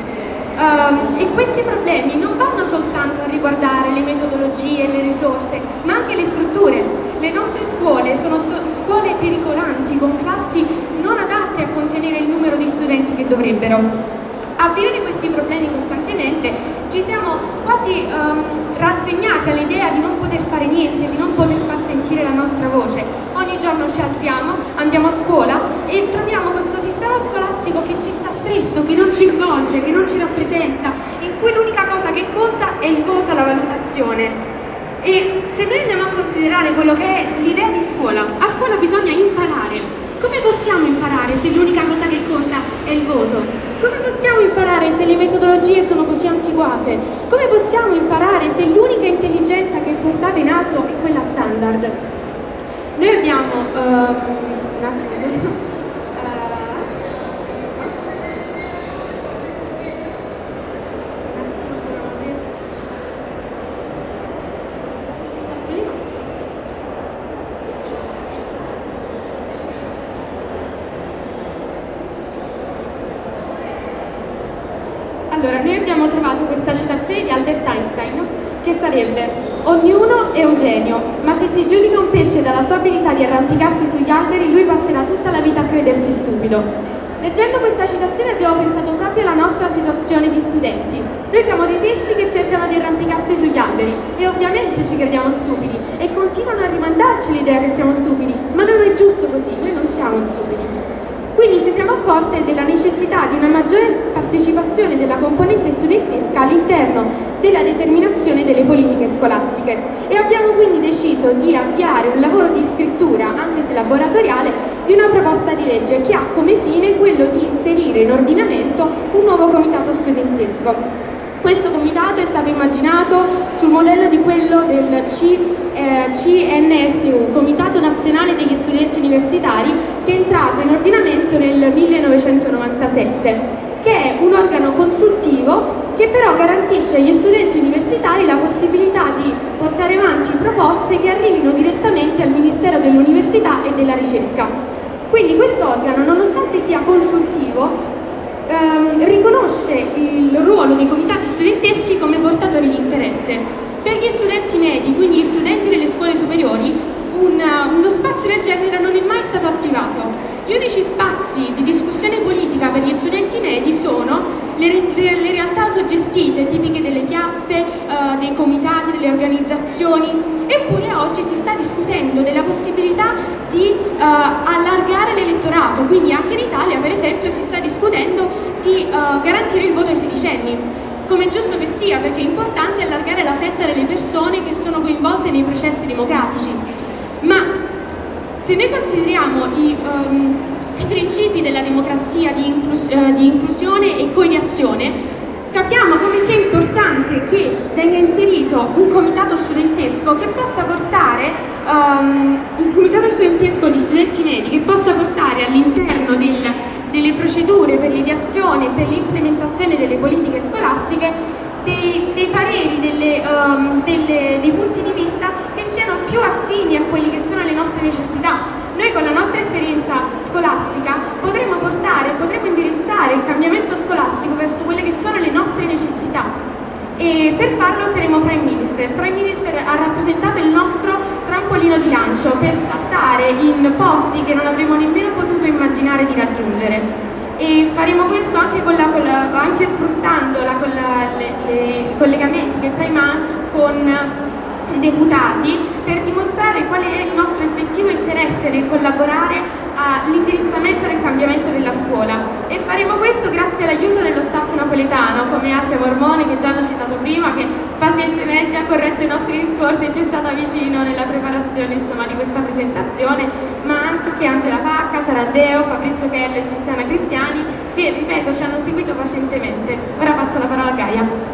E questi problemi non vanno soltanto a riguardare le metodologie e le risorse, ma anche le strutture. Le nostre scuole sono scuole pericolanti, con classi non adatte a contenere il numero di studenti che dovrebbero. A vivere questi problemi costantemente ci siamo quasi rassegnati all'idea di non poter fare niente, di non poter far sentire la nostra voce. Ogni giorno ci alziamo, andiamo a scuola e troviamo questo sistema scolastico che ci sta stretto, che non ci coinvolge, che non ci rappresenta, in cui l'unica cosa che conta è il voto, la valutazione. E se noi andiamo a considerare quello che è l'idea di scuola, a scuola bisogna imparare. Come possiamo imparare se l'unica cosa che conta è il voto? Come possiamo imparare se le metodologie sono così antiquate? Come possiamo imparare se l'unica intelligenza che è portata in atto è quella standard? Noi abbiamo... un attimo, questa citazione di Albert Einstein che sarebbe: ognuno è un genio, ma se si giudica un pesce dalla sua abilità di arrampicarsi sugli alberi, lui passerà tutta la vita a credersi stupido. Leggendo questa citazione abbiamo pensato proprio alla nostra situazione di studenti. Noi siamo dei pesci che cercano di arrampicarsi sugli alberi e ovviamente ci crediamo stupidi e continuano a rimandarci l'idea che siamo stupidi, ma non è giusto così, noi non siamo stupidi. Quindi ci siamo accorte della necessità di una maggiore partecipazione della componente studentesca all'interno della determinazione delle politiche scolastiche e abbiamo quindi deciso di avviare un lavoro di scrittura, anche se laboratoriale, di una proposta di legge che ha come fine quello di inserire in ordinamento un nuovo comitato studentesco. Questo comitato è stato immaginato sul modello di quello del CNSU, Comitato Nazionale degli Studenti Universitari, che è entrato in ordinamento nel 1997, che è un organo consultivo che però garantisce agli studenti universitari la possibilità di portare avanti proposte che arrivino direttamente al Ministero dell'Università e della Ricerca. Quindi questo organo, nonostante sia consultivo, riconosce il ruolo dei comitati studenteschi come portatori di interesse. Per gli studenti medi, quindi gli studenti delle scuole superiori, uno spazio del genere non è mai stato attivato. Gli unici spazi di discussione politica per gli studenti medi sono le realtà autogestite, tipiche delle piazze, dei comitati, delle organizzazioni, eppure oggi si sta discutendo della possibilità di allargare l'elettorato, quindi anche in Italia per esempio si sta discutendo di garantire il voto ai sedicenni, come è giusto che sia, perché è importante allargare la fetta delle persone che sono coinvolte nei processi democratici. Ma se noi consideriamo i principi della democrazia di inclusione e coideazione, capiamo come sia importante che venga inserito un comitato studentesco che possa portare, un comitato studentesco di studenti medi che possa portare all'interno delle procedure per l'ideazione e per l'implementazione delle politiche scolastiche dei pareri, dei punti di vista che siano più affini a quelli che sono le nostre necessità. Noi con la nostra esperienza scolastica potremo indirizzare il cambiamento scolastico verso quelle che sono le nostre necessità e per farlo saremo Prime Minister. Prime Minister ha rappresentato il nostro trampolino di lancio per saltare in posti che non avremmo nemmeno potuto immaginare di raggiungere. E faremo questo anche, anche sfruttando i collegamenti che Prime ha con deputati per dimostrare qual è il nostro effettivo interesse nel collaborare all'indirizzamento del cambiamento della scuola e faremo questo grazie all'aiuto dello staff napoletano come Asia Mormone, che già hanno citato prima, che pazientemente ha corretto i nostri discorsi e ci è stata vicino nella preparazione di questa presentazione, ma anche Angela Pacca, Sara Deo, Fabrizio Kello e Tiziana Cristiani che, ripeto, ci hanno seguito pazientemente. Ora passo la parola a Gaia.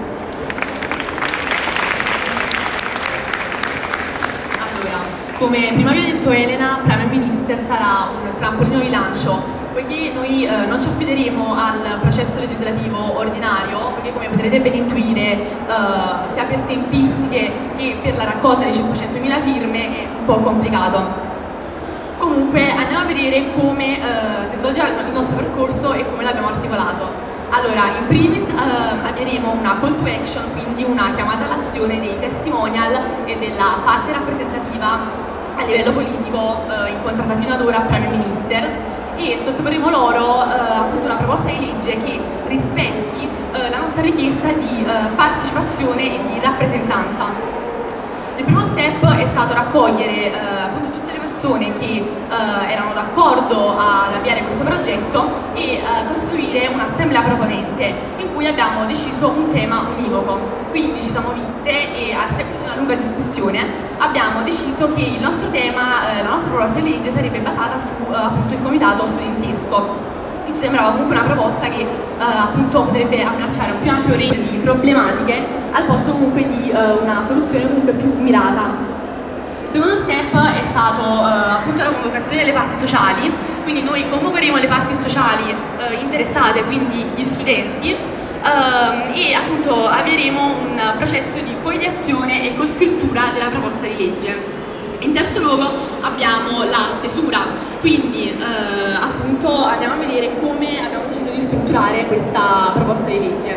Come prima vi ha detto Elena, Prime Minister sarà un trampolino di lancio, poiché noi non ci affideremo al processo legislativo ordinario, perché come potrete ben intuire, sia per tempistiche che per la raccolta di 500.000 firme è un po' complicato. Comunque andiamo a vedere come si svolgerà il nostro percorso e come l'abbiamo articolato. Allora, in primis avvieremo una call to action, quindi una chiamata all'azione dei testimonial e della parte rappresentativa a livello politico incontrata fino ad ora a Prime Minister e sottoporremo loro appunto una proposta di legge che rispecchi la nostra richiesta di partecipazione e di rappresentanza. Il primo step è stato raccogliere appunto tutte le persone che erano d'accordo ad avviare questo progetto e costituire un'assemblea proponente in cui abbiamo deciso un tema univoco. Quindi ci siamo viste e a seguito di una lunga discussione abbiamo deciso che il nostro tema, la nostra proposta di legge sarebbe basata su appunto il comitato studentesco. E ci sembrava comunque una proposta che appunto potrebbe abbracciare un più ampio range di problematiche al posto comunque di una soluzione comunque più mirata. Il secondo step è stato appunto la convocazione delle parti sociali, quindi noi convocheremo le parti sociali interessate, quindi gli studenti, e appunto avvieremo un processo di coideazione e coscrittura della proposta di legge. In terzo luogo abbiamo la stesura, quindi appunto andiamo a vedere come abbiamo deciso di strutturare questa proposta di legge.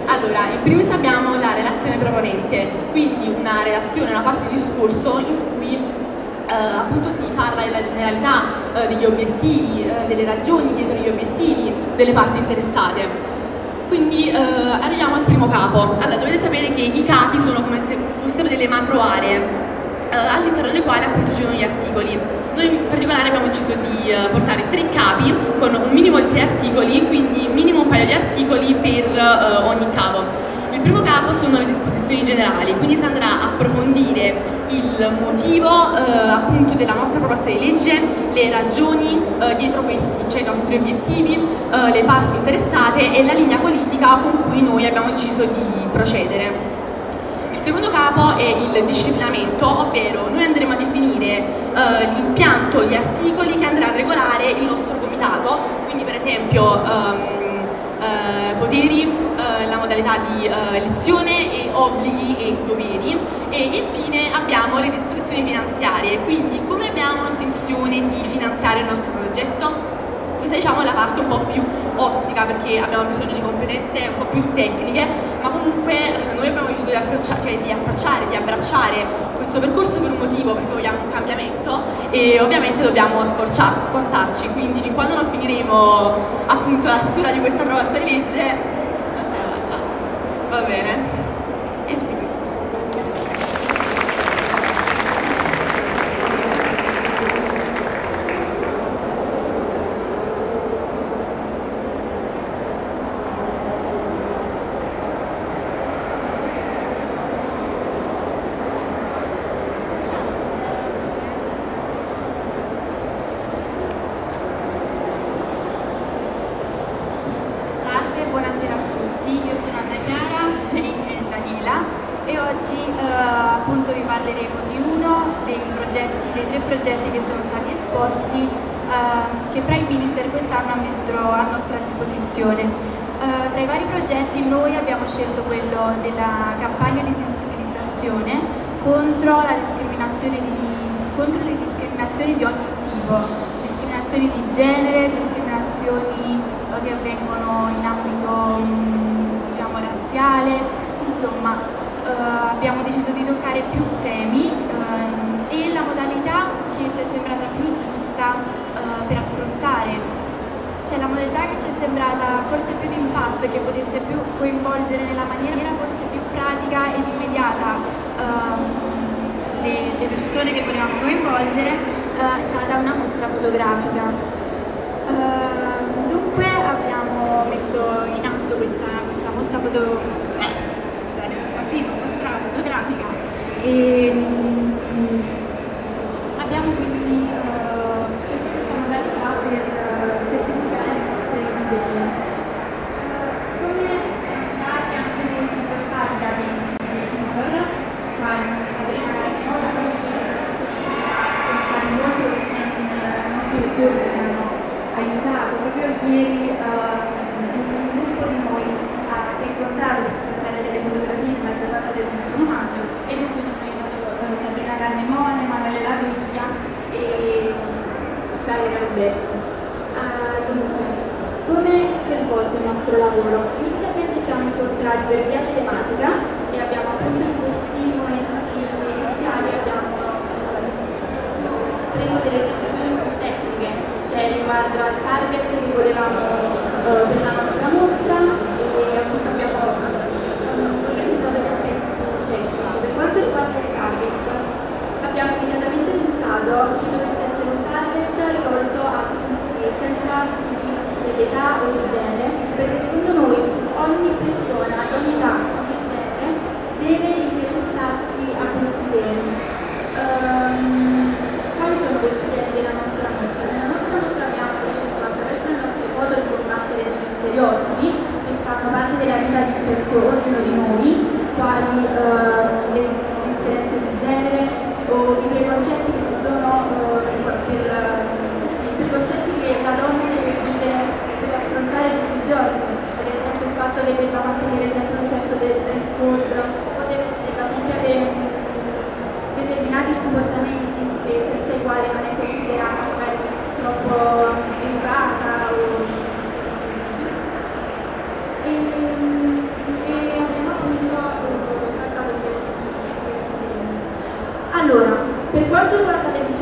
Allora, in primis abbiamo la relazione proponente, quindi una relazione, una parte di discorso in cui appunto si parla della generalità degli obiettivi, delle ragioni dietro gli obiettivi delle parti interessate. Quindi arriviamo al primo capo. Allora, dovete sapere che i capi sono come se fossero delle macro aree all'interno delle quali appunto ci sono gli articoli. Noi in particolare abbiamo deciso di portare 3 capi con un minimo di 6 articoli, quindi minimo un paio di articoli per ogni capo. Il primo capo sono le disposizioni generali, quindi si andrà a approfondire il motivo appunto della nostra proposta di legge, le ragioni dietro questi, cioè i nostri obiettivi, le parti interessate e la linea politica con cui noi abbiamo deciso di procedere. Il secondo capo è il disciplinamento, ovvero noi andremo a definire l'impianto di articoli che andrà a regolare il nostro comitato, quindi per esempio poteri, la modalità di elezione e obblighi e doveri, e infine abbiamo le disposizioni finanziarie, quindi come abbiamo intenzione di finanziare il nostro progetto. Questa diciamo è la parte un po' più ostica perché abbiamo bisogno di competenze un po' più tecniche, ma comunque noi abbiamo deciso di abbracciare questo percorso per un motivo, perché vogliamo un cambiamento e ovviamente dobbiamo sforzarci, quindi fin quando non finiremo appunto la stesura di questa proposta di legge non sarà fatta. Va bene. Buonasera a tutti, io sono Anna Chiara, lei è Daniela e oggi appunto vi parleremo di uno dei 3 progetti che sono stati esposti che Prime Minister quest'anno ha messo a nostra disposizione. Tra i vari progetti noi abbiamo scelto quello della campagna di sensibilizzazione contro le discriminazioni di ogni tipo, discriminazioni di genere, discriminazioni che avvengono in ambito diciamo razziale, insomma abbiamo deciso di toccare più temi e la modalità che ci è sembrata più giusta per affrontare, cioè la modalità che ci è sembrata forse più d'impatto e che potesse più coinvolgere nella maniera forse più pratica ed immediata le persone che volevamo coinvolgere è stata una mostra fotografica. Dunque abbiamo messo in atto questa mostra fotografica e abbiamo quindi scelto questa modalità per divulgare le nostre idee. Come siamo stati anche noi supportati da dei tutor, quali Sabrina Carniola, sono stati molto presenti nel nostro corso, ci hanno aiutato. Proprio ieri un gruppo di noi si è incontrato per scattare delle fotografie nella giornata del 21 maggio e dunque ci hanno aiutato Sabrina Carnemone, Emanuele Laviglia e Valeria Roberti. Dunque, come si è svolto il nostro lavoro? Inizialmente ci siamo incontrati per via telematica e abbiamo appunto in questi momenti iniziali abbiamo preso delle decisioni più tecniche, cioè riguardo al target che volevamo per la nostra mostra e appunto abbiamo organizzato gli aspetti più tecnici. Per quanto riguarda il target, abbiamo immediatamente pensato che dovesse essere un target rivolto a tutti, senza limitazione di età o di genere, perché secondo noi ogni persona, di ogni età, ogni genere,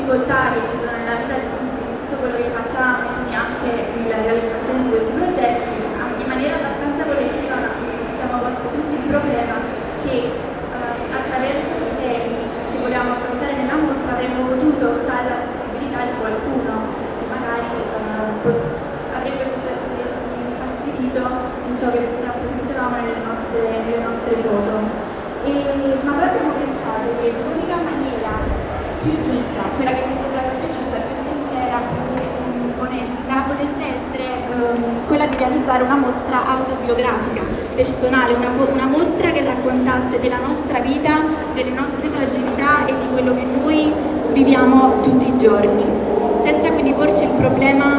difficoltà che ci sono nella vita di tutti, in tutto quello che facciamo, quindi anche nella realizzazione di questi progetti, in maniera abbastanza collettiva ci siamo posti tutti il problema che attraverso i temi che volevamo affrontare nella mostra avremmo potuto dare la sensibilità di qualcuno che magari avrebbe potuto essere infastidito in ciò che rappresentavamo nelle nostre foto. Ma poi abbiamo pensato che l'unica maniera più giusta, quella che ci è sembrata più giusta, più sincera, più onesta, potesse essere quella di realizzare una mostra autobiografica, personale, una mostra che raccontasse della nostra vita, delle nostre fragilità e di quello che noi viviamo tutti i giorni, senza quindi porci il problema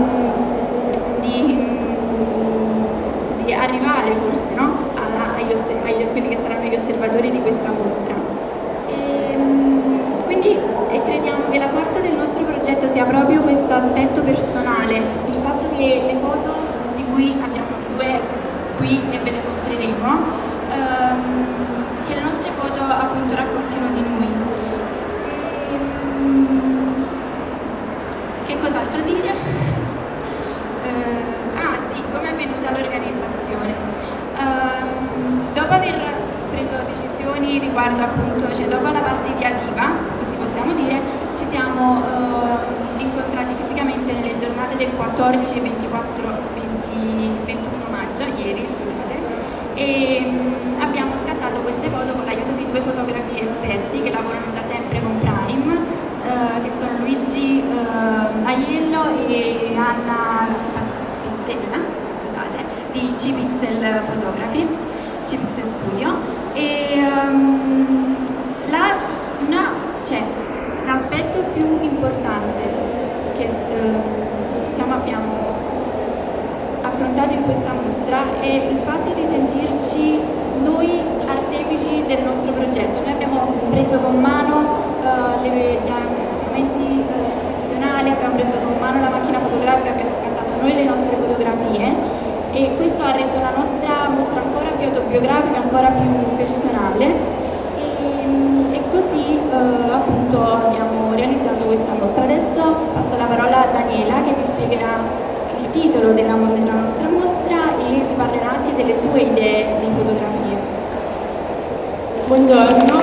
di arrivare forse, no? a quelli che saranno gli osservatori di questa mostra. Quindi crediamo che la forza del nostro progetto sia proprio questo aspetto personale, il fatto che le foto, di cui abbiamo due qui e ve le mostreremo, che le nostre foto appunto raccontino di noi. Che cos'altro dire? Sì, come è venuta l'organizzazione. Dopo aver preso decisioni riguardo appunto, cioè dopo la parte ideativa, così possiamo dire, ci siamo incontrati fisicamente nelle giornate del 14 e 21 maggio, ieri scusate, e abbiamo scattato queste foto con l'aiuto di due fotografi esperti che lavorano da sempre con Prime, che sono Luigi Aiello e Anna Pizzella, scusate, di C-Pixel Photography, C-Pixel Studio. E l'aspetto più importante che abbiamo affrontato in questa mostra è il fatto di sentirci noi artefici del nostro progetto. Noi abbiamo preso con mano gli strumenti professionali, abbiamo preso con mano la macchina fotografica, abbiamo scattato noi le nostre fotografie e questo ha reso la nostra mostra ancora più autobiografica, ancora più personale e così appunto abbiamo realizzato questa mostra. Adesso passo la parola a Daniela che vi spiegherà il titolo della nostra mostra e vi parlerà anche delle sue idee di fotografie. Buongiorno,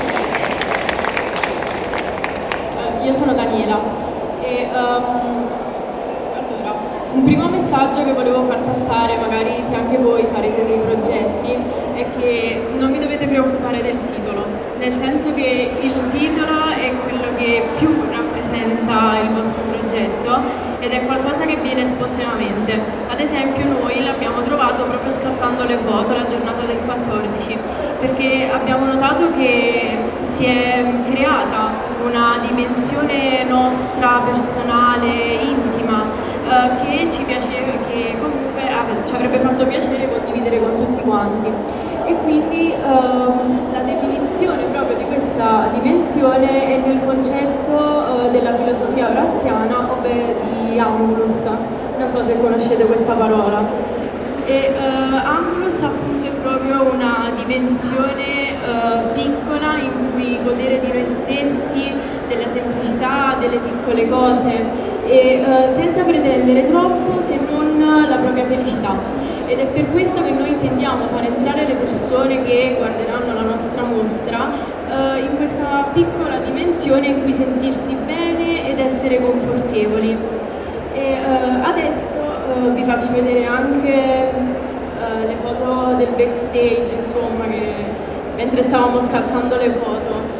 io sono Daniela e allora, un primo messaggio che volevo far passare, magari se anche voi farete dei progetti, è che non vi dovete preoccupare del titolo, nel senso che il titolo è quello che più rappresenta il vostro progetto ed è qualcosa che viene spontaneamente. Ad esempio noi l'abbiamo trovato proprio scattando le foto la giornata del 14, perché abbiamo notato che si è creata una dimensione nostra, personale, intima, che ci piaceva, che comunque ci avrebbe fatto piacere condividere con tutti quanti. E quindi la definizione proprio di questa dimensione è nel concetto della filosofia oraziana, ovvero di Angulus. Non so se conoscete questa parola. E Angulus appunto è proprio una dimensione piccola in cui godere di noi stessi, della semplicità, delle piccole cose e senza pretendere troppo se non la propria felicità. Ed è per questo che noi intendiamo far entrare le persone che guarderanno la nostra mostra in questa piccola dimensione in cui sentirsi bene ed essere confortevoli. E adesso vi faccio vedere anche le foto del backstage, insomma, che mentre stavamo scattando le foto.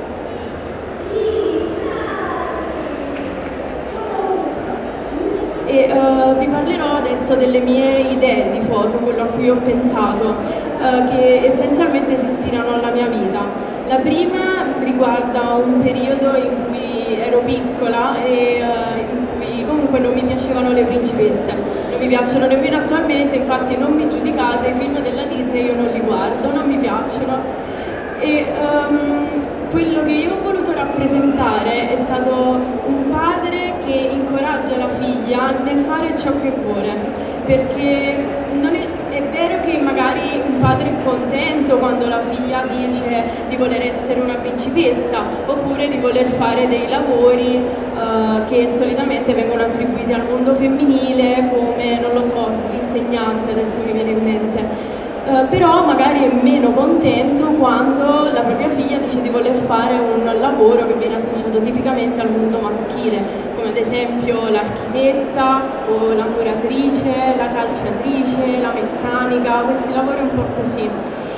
E vi parlerò adesso delle mie idee di foto, quello a cui ho pensato, che essenzialmente si ispirano alla mia vita. La prima riguarda un periodo in cui ero piccola e in cui comunque non mi piacevano le principesse. Non mi piacciono nemmeno attualmente, infatti non mi giudicate, i film della Disney io non li guardo, non mi piacciono. E quello che io ho voluto rappresentare è stato un padre che incoraggia la figlia nel fare ciò che vuole, perché non è vero che magari padre è contento quando la figlia dice di voler essere una principessa, oppure di voler fare dei lavori che solitamente vengono attribuiti al mondo femminile, come, non lo so, l'insegnante, adesso mi viene in mente. Però magari è meno contento quando la propria figlia dice di voler fare un lavoro che viene associato tipicamente al mondo maschile, come ad esempio l'architetta o la muratrice, la calciatrice, la meccanica, questi lavori un po' così.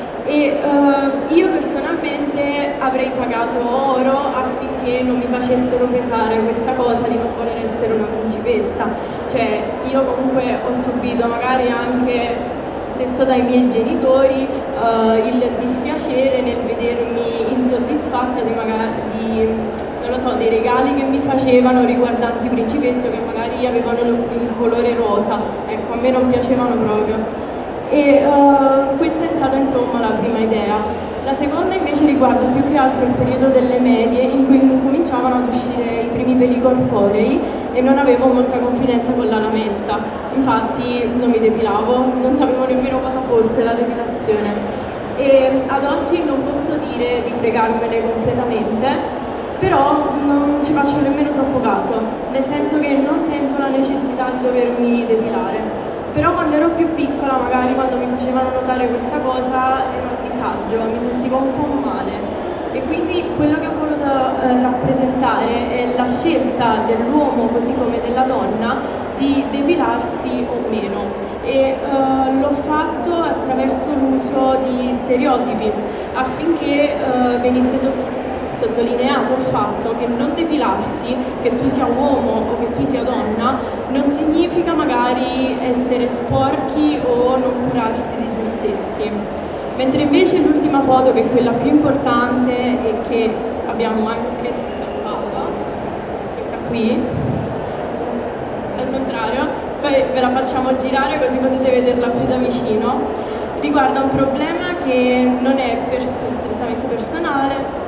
E io personalmente avrei pagato oro affinché non mi facessero pesare questa cosa di non voler essere una principessa. Cioè, io comunque ho subito magari anche stesso dai miei genitori il dispiacere nel vedermi insoddisfatta di magari, non lo so, dei regali che mi facevano riguardanti principesse che magari avevano il colore rosa. Ecco, a me non piacevano proprio. E questa è stata insomma la prima idea. La seconda invece riguarda più che altro il periodo delle medie, in cui cominciavano ad uscire i primi peli corporei e non avevo molta confidenza con la lametta. Infatti non mi depilavo, non sapevo nemmeno cosa fosse la depilazione. E ad oggi non posso dire di fregarmene completamente, però non ci faccio nemmeno troppo caso, nel senso che non sento la necessità di dovermi depilare. Però quando ero più piccola, magari quando mi facevano notare questa cosa, ero a disagio, mi sentivo un po' male. E quindi quello che ho voluto rappresentare è la scelta dell'uomo, così come della donna, di depilarsi o meno. E l'ho fatto attraverso l'uso di stereotipi, affinché venisse sottolineato il fatto che non depilarsi, che tu sia uomo o che tu sia donna, non significa magari essere sporchi o non curarsi di se stessi. Mentre invece l'ultima foto, che è quella più importante e che abbiamo anche stampata, questa qui, al contrario, poi ve la facciamo girare così potete vederla più da vicino, riguarda un problema che non è strettamente personale.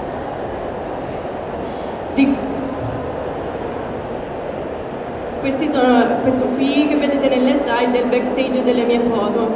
Questo qui che vedete nelle slide è il backstage delle mie foto.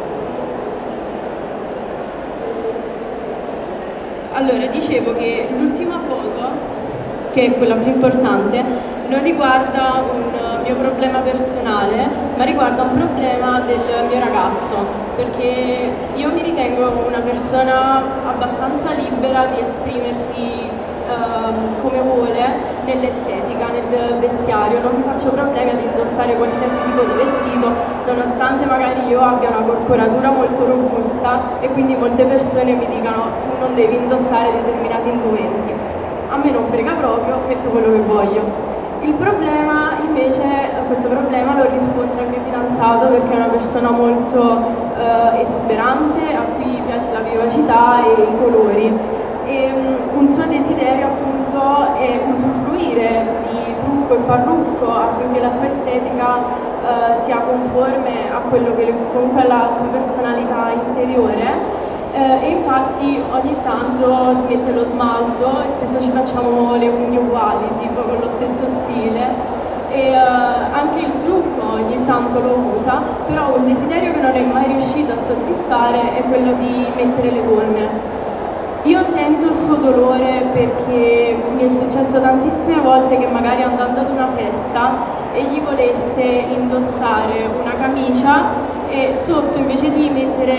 Allora, dicevo che l'ultima foto, che è quella più importante, non riguarda un mio problema personale, ma riguarda un problema del mio ragazzo, perché io mi ritengo una persona abbastanza libera di esprimersi come vuole nell'estetica, nel vestiario. Non mi faccio problemi ad indossare qualsiasi tipo di vestito, nonostante magari io abbia una corporatura molto robusta e quindi molte persone mi dicano tu non devi indossare determinati indumenti. A me non frega proprio, metto quello che voglio. Il problema invece, questo problema lo riscontra il mio fidanzato, perché è una persona molto esuberante, a cui piace la vivacità e i colori. E un suo desiderio appunto è usufruire di trucco e parrucco affinché la sua estetica sia conforme a quello che comunque è la sua personalità interiore. E infatti ogni tanto si mette lo smalto e spesso ci facciamo le unghie uguali, tipo con lo stesso stile, e anche il trucco ogni tanto lo usa, però un desiderio che non è mai riuscito a soddisfare è quello di mettere le gonne. Io sento il suo dolore perché mi è successo tantissime volte che magari andando ad una festa egli volesse indossare una camicia e sotto, invece di mettere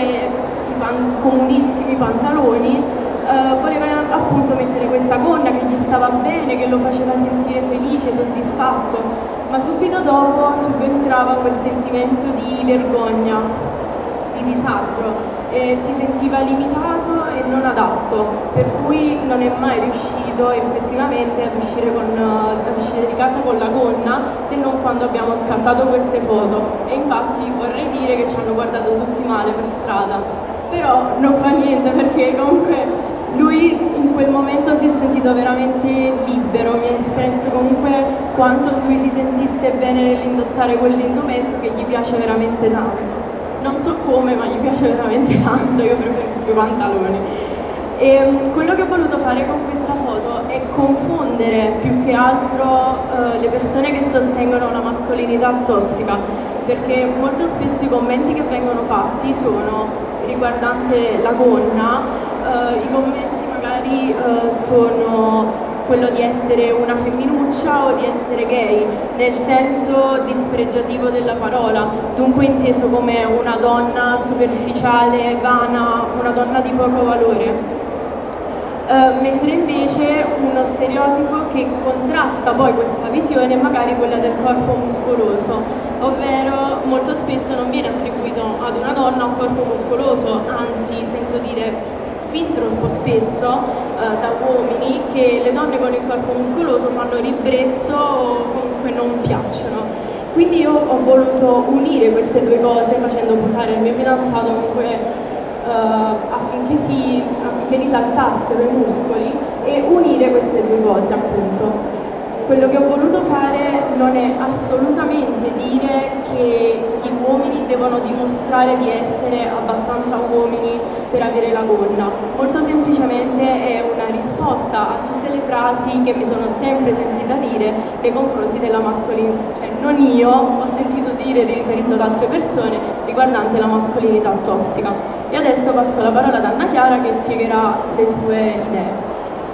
i comunissimi pantaloni, voleva appunto mettere questa gonna che gli stava bene, che lo faceva sentire felice, soddisfatto, ma subito dopo subentrava quel sentimento di vergogna, di disagio. Si sentiva limitato e non adatto, per cui non è mai riuscito effettivamente ad uscire di casa con la gonna, se non quando abbiamo scattato queste foto. E infatti vorrei dire che ci hanno guardato tutti male per strada, però non fa niente, perché comunque lui in quel momento si è sentito veramente libero, mi ha espresso comunque quanto lui si sentisse bene nell'indossare quell'indumento che gli piace veramente tanto. Non so come, ma gli piace veramente tanto, io preferisco i pantaloni. E quello che ho voluto fare con questa foto è confondere più che altro le persone che sostengono una mascolinità tossica, perché molto spesso i commenti che vengono fatti sono riguardante la gonna, i commenti magari sono quello di essere una femminuccia o di essere gay, nel senso dispregiativo della parola, dunque inteso come una donna superficiale, vana, una donna di poco valore. Mentre invece uno stereotipo che contrasta poi questa visione è magari quella del corpo muscoloso, ovvero molto spesso non viene attribuito ad una donna un corpo muscoloso, anzi sento dire fin troppo spesso da uomini che le donne con il corpo muscoloso fanno ribrezzo o comunque non piacciono. Quindi io ho voluto unire queste due cose facendo posare il mio fidanzato comunque affinché risaltassero i muscoli e unire queste due cose appunto. Quello che ho voluto fare non è assolutamente dire che gli uomini devono dimostrare di essere abbastanza uomini per avere la gonna, molto semplicemente è una risposta a tutte le frasi che mi sono sempre sentita dire nei confronti della mascolinità, cioè non io, ho sentito dire riferito ad altre persone riguardante la mascolinità tossica. E adesso passo la parola ad Anna Chiara che spiegherà le sue idee.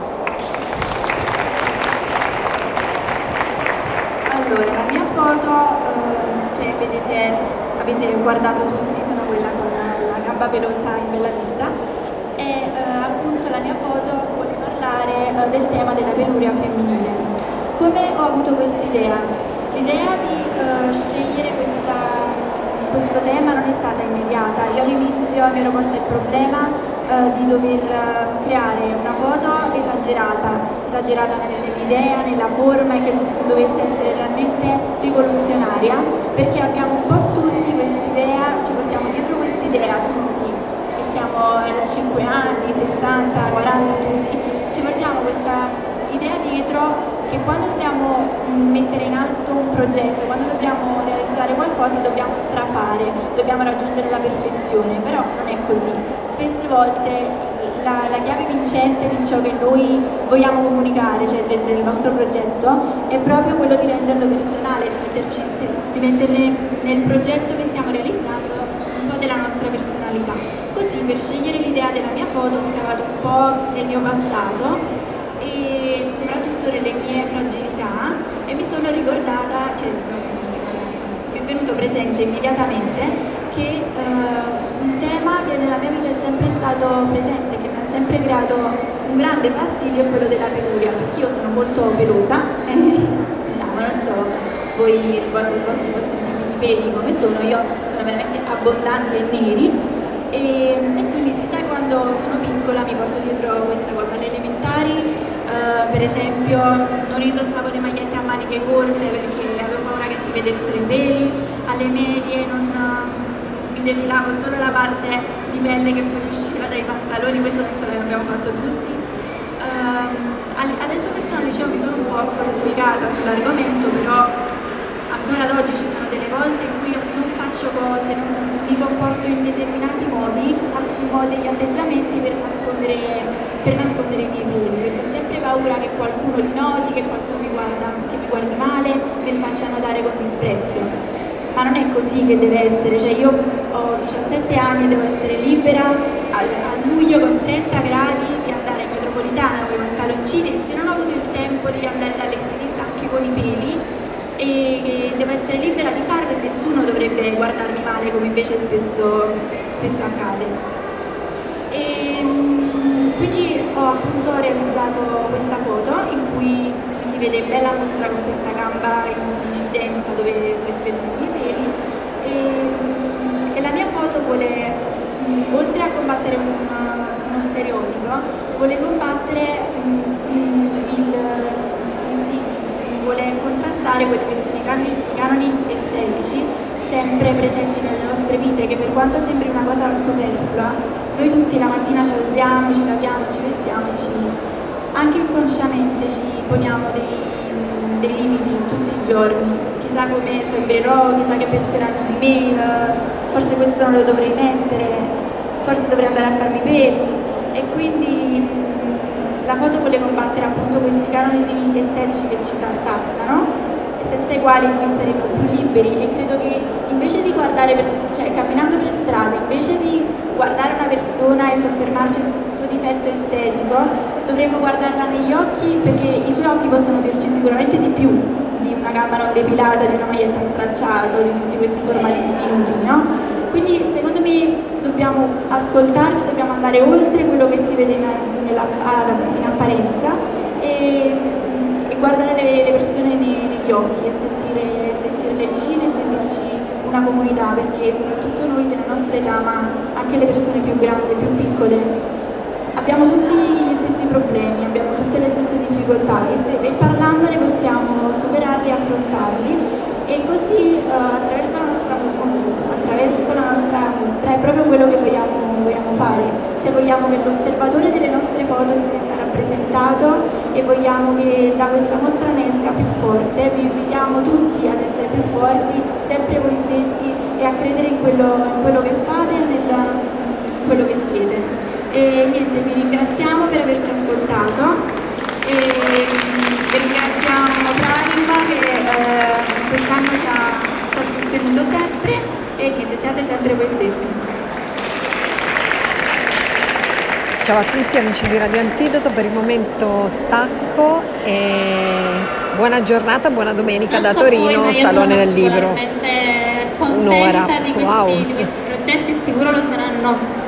Allora, la mia foto che avete guardato tutti, sono quella con la gamba pelosa in bella vista e appunto la mia foto vuole parlare del tema della peluria femminile. Come ho avuto quest'idea? L'idea di scegliere questo tema non è stata immediata. Io all'inizio mi ero posta il problema di dover creare una foto esagerata nell'idea, nella forma e che dovesse essere realmente rivoluzionaria, perché abbiamo un po' tutti quest'idea, ci portiamo dietro quest'idea tutti, che siamo da 5 anni, 60, 40 tutti, ci portiamo questa idea dietro che quando dobbiamo mettere in atto un progetto, quando dobbiamo realizzare qualcosa dobbiamo strafare, dobbiamo raggiungere la perfezione, però non è così. Spesse volte la chiave vincente di ciò che noi vogliamo comunicare, cioè del nostro progetto, è proprio quello di renderlo personale, di mettere nel progetto che stiamo realizzando un po' della nostra personalità. Così per scegliere l'idea della mia foto ho scavato un po' del mio passato e soprattutto delle mie fragilità e mi sono ricordata, mi è venuto presente immediatamente che un tema che nella mia vita è sempre stato presente, che mi ha sempre creato un grande fastidio, è quello della peluria, perché io sono molto pelosa diciamo, non so voi i vostri tipi di peli come sono, io sono veramente abbondanti e neri e quindi sin da quando sono piccola mi porto dietro questa cosa. Alle elementari per esempio non indossavo le magliette a maniche corte perché avevo paura che si vedessero i peli, alle medie non mi depilavo solo la parte di pelle che fuoriusciva dai pantaloni, questo penso che l'abbiamo fatto tutti. Adesso che sono al liceo mi sono un po' fortificata sull'argomento, però ancora ad oggi ci sono delle volte in cui io non faccio cose, non mi comporto in determinati modi, assumo degli atteggiamenti per nascondere i miei peli, perché ho sempre paura che qualcuno li noti, che qualcuno mi guardi male, me li faccia notare con disprezzo. Ma non è così che deve essere, cioè io ho 17 anni e devo essere libera a luglio con 30 gradi di andare in metropolitana con i pantaloncini e se non ho avuto il tempo di andare dall'estetista anche con i peli e devo essere libera di farlo e nessuno dovrebbe guardarmi male come invece spesso accade. E quindi ho appunto realizzato questa foto in cui mi si vede bella mostra con questa gamba in evidenza dove si vedono i peli e la mia foto vuole, oltre a combattere uno stereotipo, vuole combattere vuole contrastare quelli che sono i canoni estetici sempre presenti nelle nostre vite, che per quanto sembri una cosa superflua, noi tutti la mattina ci alziamo, ci laviamo, ci vestiamo e anche inconsciamente ci poniamo dei limiti tutti i giorni. Chissà come sembrerò, chissà che penseranno di me, forse questo non lo dovrei mettere, forse dovrei andare a farmi i peli e quindi la foto vuole combattere appunto questi canoni estetici che ci tartassano e senza i quali noi saremmo più liberi, e credo che invece di guardare, camminando per strada, invece di guardare una persona e soffermarci sul suo difetto estetico, dovremmo guardarla negli occhi, perché i suoi occhi possono dirci sicuramente di più di una gamba non depilata, di una maglietta stracciata, di tutti questi formalismi inutili, no? Quindi secondo me dobbiamo ascoltarci, dobbiamo andare oltre quello che si vede in apparenza e guardare le persone negli occhi e sentirle vicine e sentirci una comunità, perché soprattutto noi della nostra età, ma anche le persone più grandi, più piccole, abbiamo tutti gli stessi problemi, abbiamo tutte le stesse difficoltà e parlandone possiamo superarli e affrontarli, e così attraverso la nostra mostra è proprio quello che vogliamo fare, cioè vogliamo che l'osservatore delle nostre foto si senta rappresentato e vogliamo che da questa mostra ne esca più forte. Vi invitiamo tutti ad essere più forti, sempre voi stessi, e a credere in quello che fate e in quello che siete. E niente, vi ringraziamo per averci ascoltato e ringraziamo Prime che quest'anno ci ha sostenuto sempre, e niente, siate sempre voi stessi. Ciao a tutti amici di Radio Antidoto, per il momento stacco e buona giornata, buona domenica da Torino, voi, Salone del Libro. Contenta Un'ora. di questi progetti, sicuro lo saranno